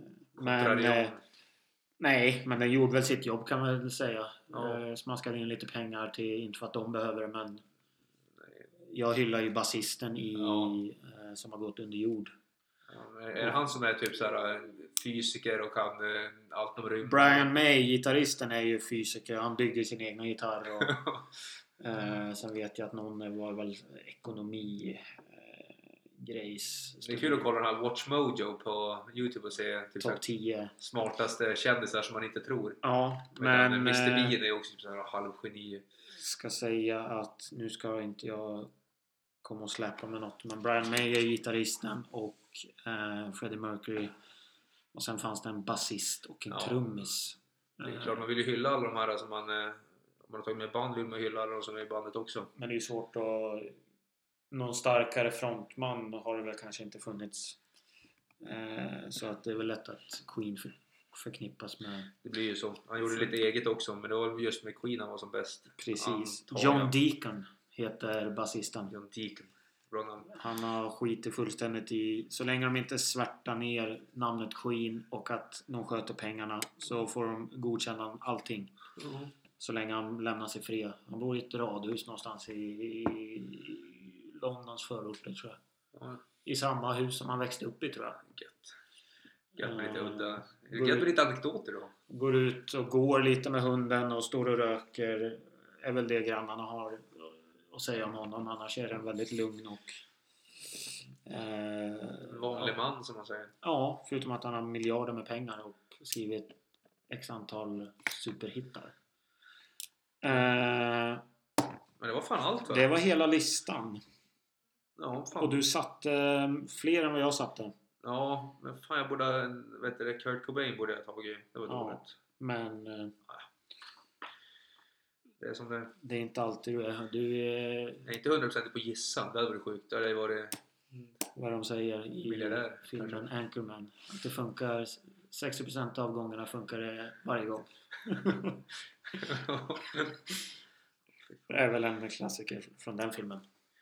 S2: Nej, men den gjorde väl sitt jobb kan man väl säga. Ja. Smaskade in lite pengar till, inte för att de behöver det, men... Jag hyllar ju basisten som har gått under jord.
S1: Ja, är det han som är typ såhär fysiker och kan allt om rymden?
S2: Brian May, gitarristen, är ju fysiker. Han byggde sin egna gitarr. Och, sen vet jag att någon var väl ekonomi grejs.
S1: Det är kul att kolla den här Watch Mojo på YouTube och se typ
S2: topp 10
S1: smartaste kändisar som man inte tror.
S2: Ja, men
S1: Mr. Bean är också typ sån här halvgeni.
S2: Ska säga att nu ska inte jag komma och släppa med något, men Brian May är gitarristen och Freddie Mercury, och sen fanns det en basist och en trummis.
S1: Det är klart, man vill ju hylla alla de här som om man har tagit med band vill man hylla alla de som är i bandet också.
S2: Men det är ju svårt att... Någon starkare frontman har det väl kanske inte funnits. Så att det är väl lätt att Queen förknippas med...
S1: Det blir ju så. Han gjorde lite eget också, men det var just med Queen han var som bäst.
S2: Precis. John Deacon heter basisten.
S1: John Deacon. Bra namn.
S2: Han har skitit fullständigt i... Så länge de inte svärtar ner namnet Queen och att de sköter pengarna, så får de godkänna allting. Så länge han lämnar sig fria. Han bor i ett radhus någonstans i Londons förorter tror jag. I samma hus som han växte upp i tror jag.
S1: Gött med lite udda. Gött med lite anekdoter då.
S2: Går ut och går lite med hunden och står och röker. Är väl det grannarna har att säga om honom. Annars är den väldigt lugn och...
S1: vanlig man som man säger.
S2: Ja, förutom att han har miljarder med pengar och skrivit x antal superhittar.
S1: Men det var fan allt va?
S2: Det var hela listan.
S1: Ja, fan.
S2: Och du satte fler än vad jag satte.
S1: Ja, men fan jag borde... Vet du, Kurt Cobain borde jag tagit. Det var dåligt.
S2: Men...
S1: det är som det...
S2: Det är inte alltid du är...
S1: Jag är inte 100% på gissa. Det hade varit sjukt. Det hade varit...
S2: Vad de säger i filmen
S1: kanske.
S2: Anchorman. Att det funkar... 60% av gångerna funkar det varje gång. Det är väl en klassiker från den filmen.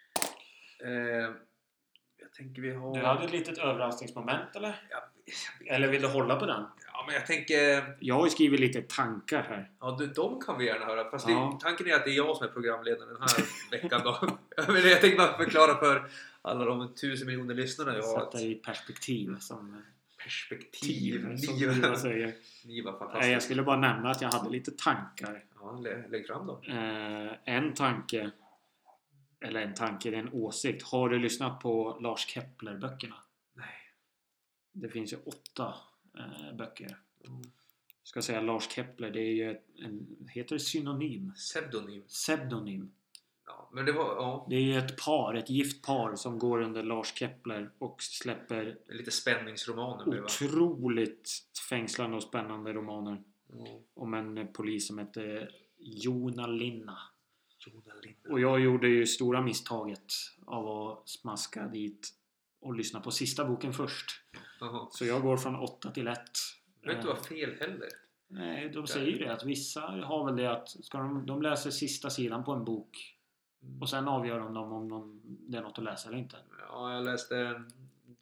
S1: Jag tänker vi har...
S2: Du hade ett litet överraskningsmoment eller? Eller vill du hålla på den?
S1: Ja, men jag tänker...
S2: Jag har ju skrivit lite tankar här.
S1: Ja, de kan vi gärna höra. Fast tanken är att det är jag som är programledare den här veckan då. Jag tänkte bara förklara för alla de 1000 miljoner lyssnarna jag har.
S2: Sätta i perspektiv som...
S1: Perspektiv.
S2: Som Niva säger.
S1: Niva fantastiskt.
S2: Jag skulle bara nämna att jag hade lite tankar.
S1: Ja, lägg fram då.
S2: En tanke... Eller en tanke, det är en åsikt. Har du lyssnat på Lars Kepler-böckerna?
S1: Nej.
S2: Det finns ju 8 böcker. Ska säga Lars Kepler, det är ju heter det synonym? Pseudonym.
S1: Ja, men det var... Ja.
S2: Det är ju ett gift par som går under Lars Kepler och släpper...
S1: Lite spänningsromaner.
S2: Otroligt fängslande och spännande romaner. Om en polis som heter Jona Linna. Och jag gjorde ju stora misstaget av att smaska dit och lyssna på sista boken först. Så jag går från 8 till 1.
S1: Det är inte var fel heller.
S2: Nej, de säger ju det att vissa har väl det att de läser sista sidan på en bok och sen avgör de om det är något att läsa eller inte.
S1: Ja, jag läste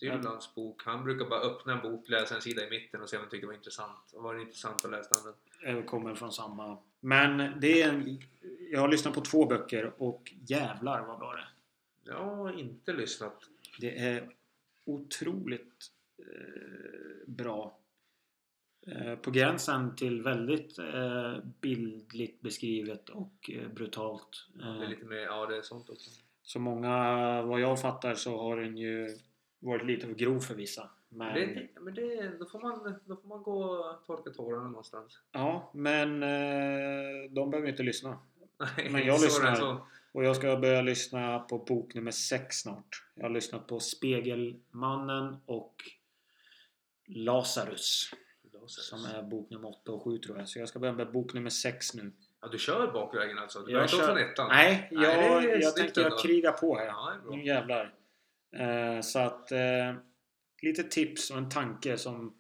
S1: Dylans bok. Han brukar bara öppna en bok, läsa en sida i mitten och se om han tyckte det var intressant. Och var det intressant att läsa den.
S2: Det kommer från samma. Men det är jag har lyssnat på 2 böcker och jävlar vad bra det är.
S1: Jag har inte lyssnat.
S2: Det är otroligt bra. På gränsen till väldigt bildligt beskrivet och brutalt.
S1: Det är lite mer, ja det är sånt också.
S2: Så många, vad jag fattar så har den ju varit lite för grov för vissa. Men
S1: Då får man gå och torka tårarna någonstans.
S2: ja, men de behöver inte lyssna.
S1: Nej,
S2: Men jag
S1: så
S2: lyssnar.
S1: så.
S2: Och jag ska börja lyssna på bok nummer 6 snart. Jag har lyssnat på Spegelmannen och Lazarus. Som är bok nummer 8 och 7 tror jag. Så jag ska börja med bok nummer 6 nu.
S1: Ja, du kör bakvägen alltså? Du
S2: Jag
S1: börjar inte från ettan?
S2: Nej, jag
S1: snyggt
S2: tänker
S1: ändå.
S2: jag krigar på här.
S1: Ja, det är bra.
S2: Nu jävlar. Så att lite tips och en tanke som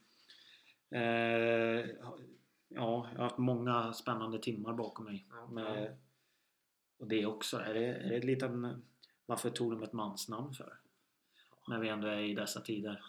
S2: ja, jag har haft många spännande timmar bakom mig.
S1: Ja.
S2: Och det också. Är det ett liten... Varför tog de ett mansnamn för? När vi ändå är i dessa tider.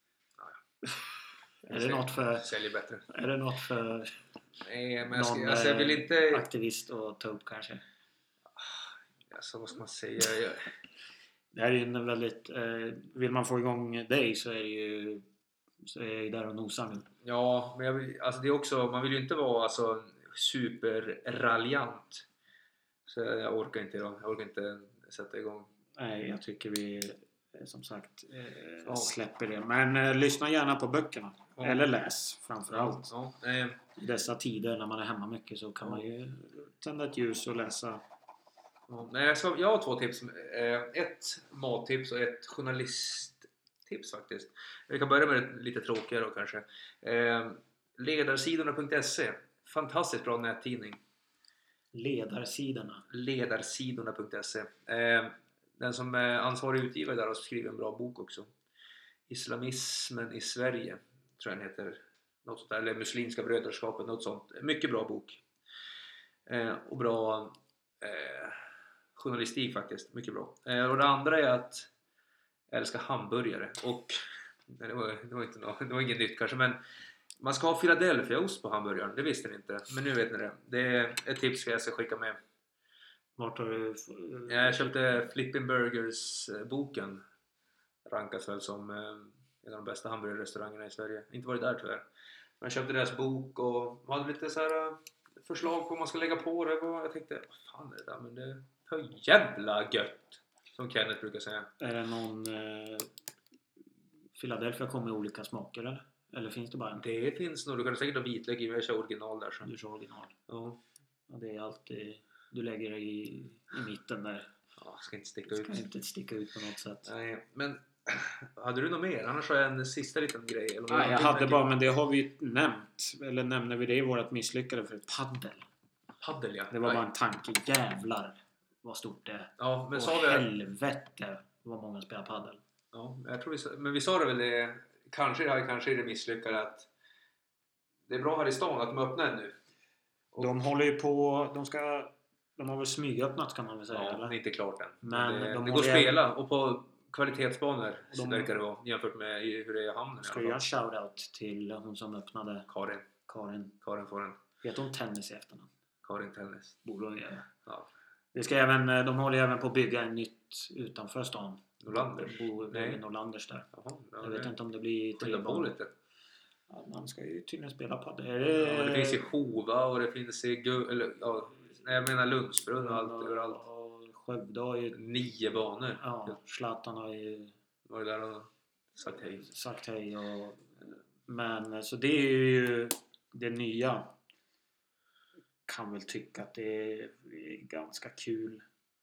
S2: Är det något för...
S1: Säljer bättre.
S2: Är det något för...
S1: Nej, men
S2: någon
S1: jag vill inte...
S2: aktivist att ta upp kanske?
S1: Alltså, vad ska man säga?
S2: Det här är ju en väldigt... vill man få igång dig så är det ju... Så är jag där och nosar nu.
S1: Ja, men alltså det är också... Man vill ju inte vara alltså, superraljant. Så jag orkar inte då. Jag orkar inte sätta igång.
S2: Nej, jag tycker vi som sagt släpper det. Men lyssna gärna på böckerna.
S1: Ja.
S2: Eller läs framförallt.
S1: Ja,
S2: I dessa tider när man är hemma mycket så kan man ju tända ett ljus och läsa.
S1: ja. Nej, jag har 2 tips. Ett mattips och ett journalisttips faktiskt. Vi kan börja med det lite tråkigare då kanske. Ledarsidorna.se. Fantastiskt bra nättidning. Ledarsidorna.se. Den som är ansvarig utgivare där har skrivit en bra bok också. Islamismen i Sverige tror jag den heter. Något sånt där, eller Muslimska brödraskapet, något sånt. Mycket bra bok. Och bra journalistik faktiskt. Mycket bra. Och det andra är att jag älskar hamburgare. Och det var inget nytt kanske, men man ska ha Philadelphia-ost på hamburgaren. Det visste ni inte, men nu vet ni det. Det är ett tips jag ska skicka med.
S2: Vart har du...
S1: Jag köpte Flippin' Burgers-boken. Rankas väl som en av de bästa hamburgerrestaurangerna i Sverige. Inte varit där tyvärr. Men jag köpte deras bok och hade lite så här förslag på vad man ska lägga på det. Och jag tänkte, vad fan är det där? Men det är för jävla gött! Som Kenneth brukar säga.
S2: Är det någon... Philadelphia kommer i olika smaker eller? Eller finns det bara en?
S1: Det finns nog. Du kan säkert ha vitlök i. Jag kör original där. Så.
S2: Du kör original.
S1: Ja.
S2: Ja, det är alltid... Du lägger det i mitten där.
S1: Ja, ska inte sticka ut.
S2: Ska inte sticka ut på något sätt.
S1: Nej, men hade du något mer? Annars har jag en sista liten grej. Eller
S2: Nej, jag hade bara, men det har vi nämnt. Eller nämner vi det i vårt misslyckade för paddel.
S1: Paddel, ja.
S2: Det var bara en tanke. Jävlar vad stort det är.
S1: Ja, men
S2: och
S1: sa vi...
S2: helvete vad många spelar paddel.
S1: Ja, jag tror men vi sa det väl det... Kanske är det misslyckade att... Det är bra här i stan att de öppnar nu. Och...
S2: De håller ju på... De har väl smygöppnat kan man väl säga,
S1: Ja,
S2: eller?
S1: det är inte klart än.
S2: Men
S1: det går att spela. Och på kvalitetsbanor verkar det vara. Jämfört med hur det är i hamnen.
S2: Ska jag göra en shoutout till hon som öppnade?
S1: Karin får den.
S2: Heter hon Tennis i efternamn?
S1: Karin Tennis.
S2: Borde hon göra.
S1: Ja.
S2: Det ska även, de håller även på att bygga en nytt utanför stan.
S1: Norrlanders?
S2: Nej. Norrlanders där.
S1: Jaha,
S2: jag vet inte om det blir 3
S1: banor. Lite.
S2: Ja, man ska ju tydligen spela padel.
S1: Ja, det finns i Hova och det finns i jag menar Lundsbrunn och allt överallt.
S2: Skövde har ju
S1: 9 banor.
S2: Ja, Zlatan har ju
S1: var det där och sagt hej.
S2: Men så det är ju det nya. Kan väl tycka att det är ganska kul.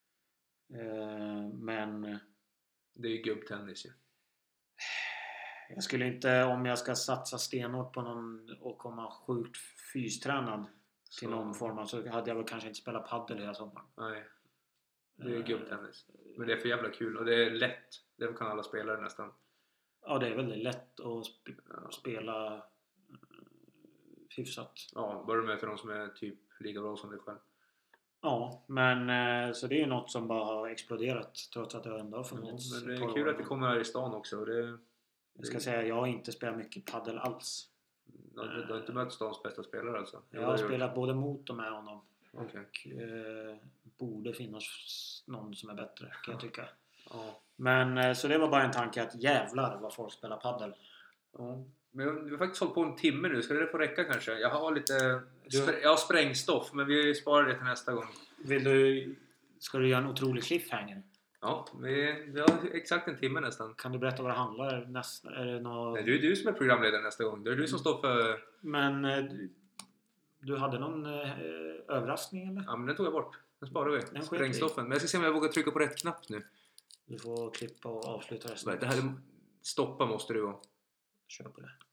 S2: Men
S1: det är ju gubbtennis ju.
S2: Jag skulle inte, om jag ska satsa stenhårt på någon och komma sjukt fystränad till någon form, så hade jag väl kanske inte spelat paddel hela sommaren.
S1: Nej. Det är gubbtennis. Men det är för jävla kul och det är lätt. Det kan alla spelare nästan.
S2: Ja, det är väldigt lätt att spela hyfsat.
S1: Ja, bara du möter de som är typ lika bra som dig själv.
S2: Ja, men så det är ju något som bara har exploderat trots att det ändå har funnits.
S1: Ja, men det är kul att det kommer här i stan också. Och det
S2: Jag ska säga, jag har inte spelat mycket paddel alls.
S1: Du har inte mött stans bästa spelare alltså?
S2: Jag har spelat både mot och med honom.
S1: Okay.
S2: Och borde finnas någon som är bättre, kan jag tycka.
S1: Ja.
S2: Men så det var bara en tanke att jävlar vad folk spelar paddel.
S1: Ja. Men vi har faktiskt hållit på en timme nu. Ska det få räcka kanske? Jag har lite... Jag har sprängstoff, men vi sparar det till nästa gång.
S2: Ska du göra en otrolig cliffhanger?
S1: Ja, vi har exakt en timme nästan.
S2: Kan du berätta vad det handlar om? Är det något...
S1: Nej, det är du som är programledare nästa gång. Det är du som står för...
S2: Men du hade någon överraskning eller?
S1: Ja, men den tog jag bort. Den sparar vi.
S2: Den
S1: Sprängstoffen. Men jag ska se om jag vågar trycka på rätt knapp nu.
S2: Du får klippa och avsluta resten.
S1: Det här stoppa måste du vara.
S2: Kör på det.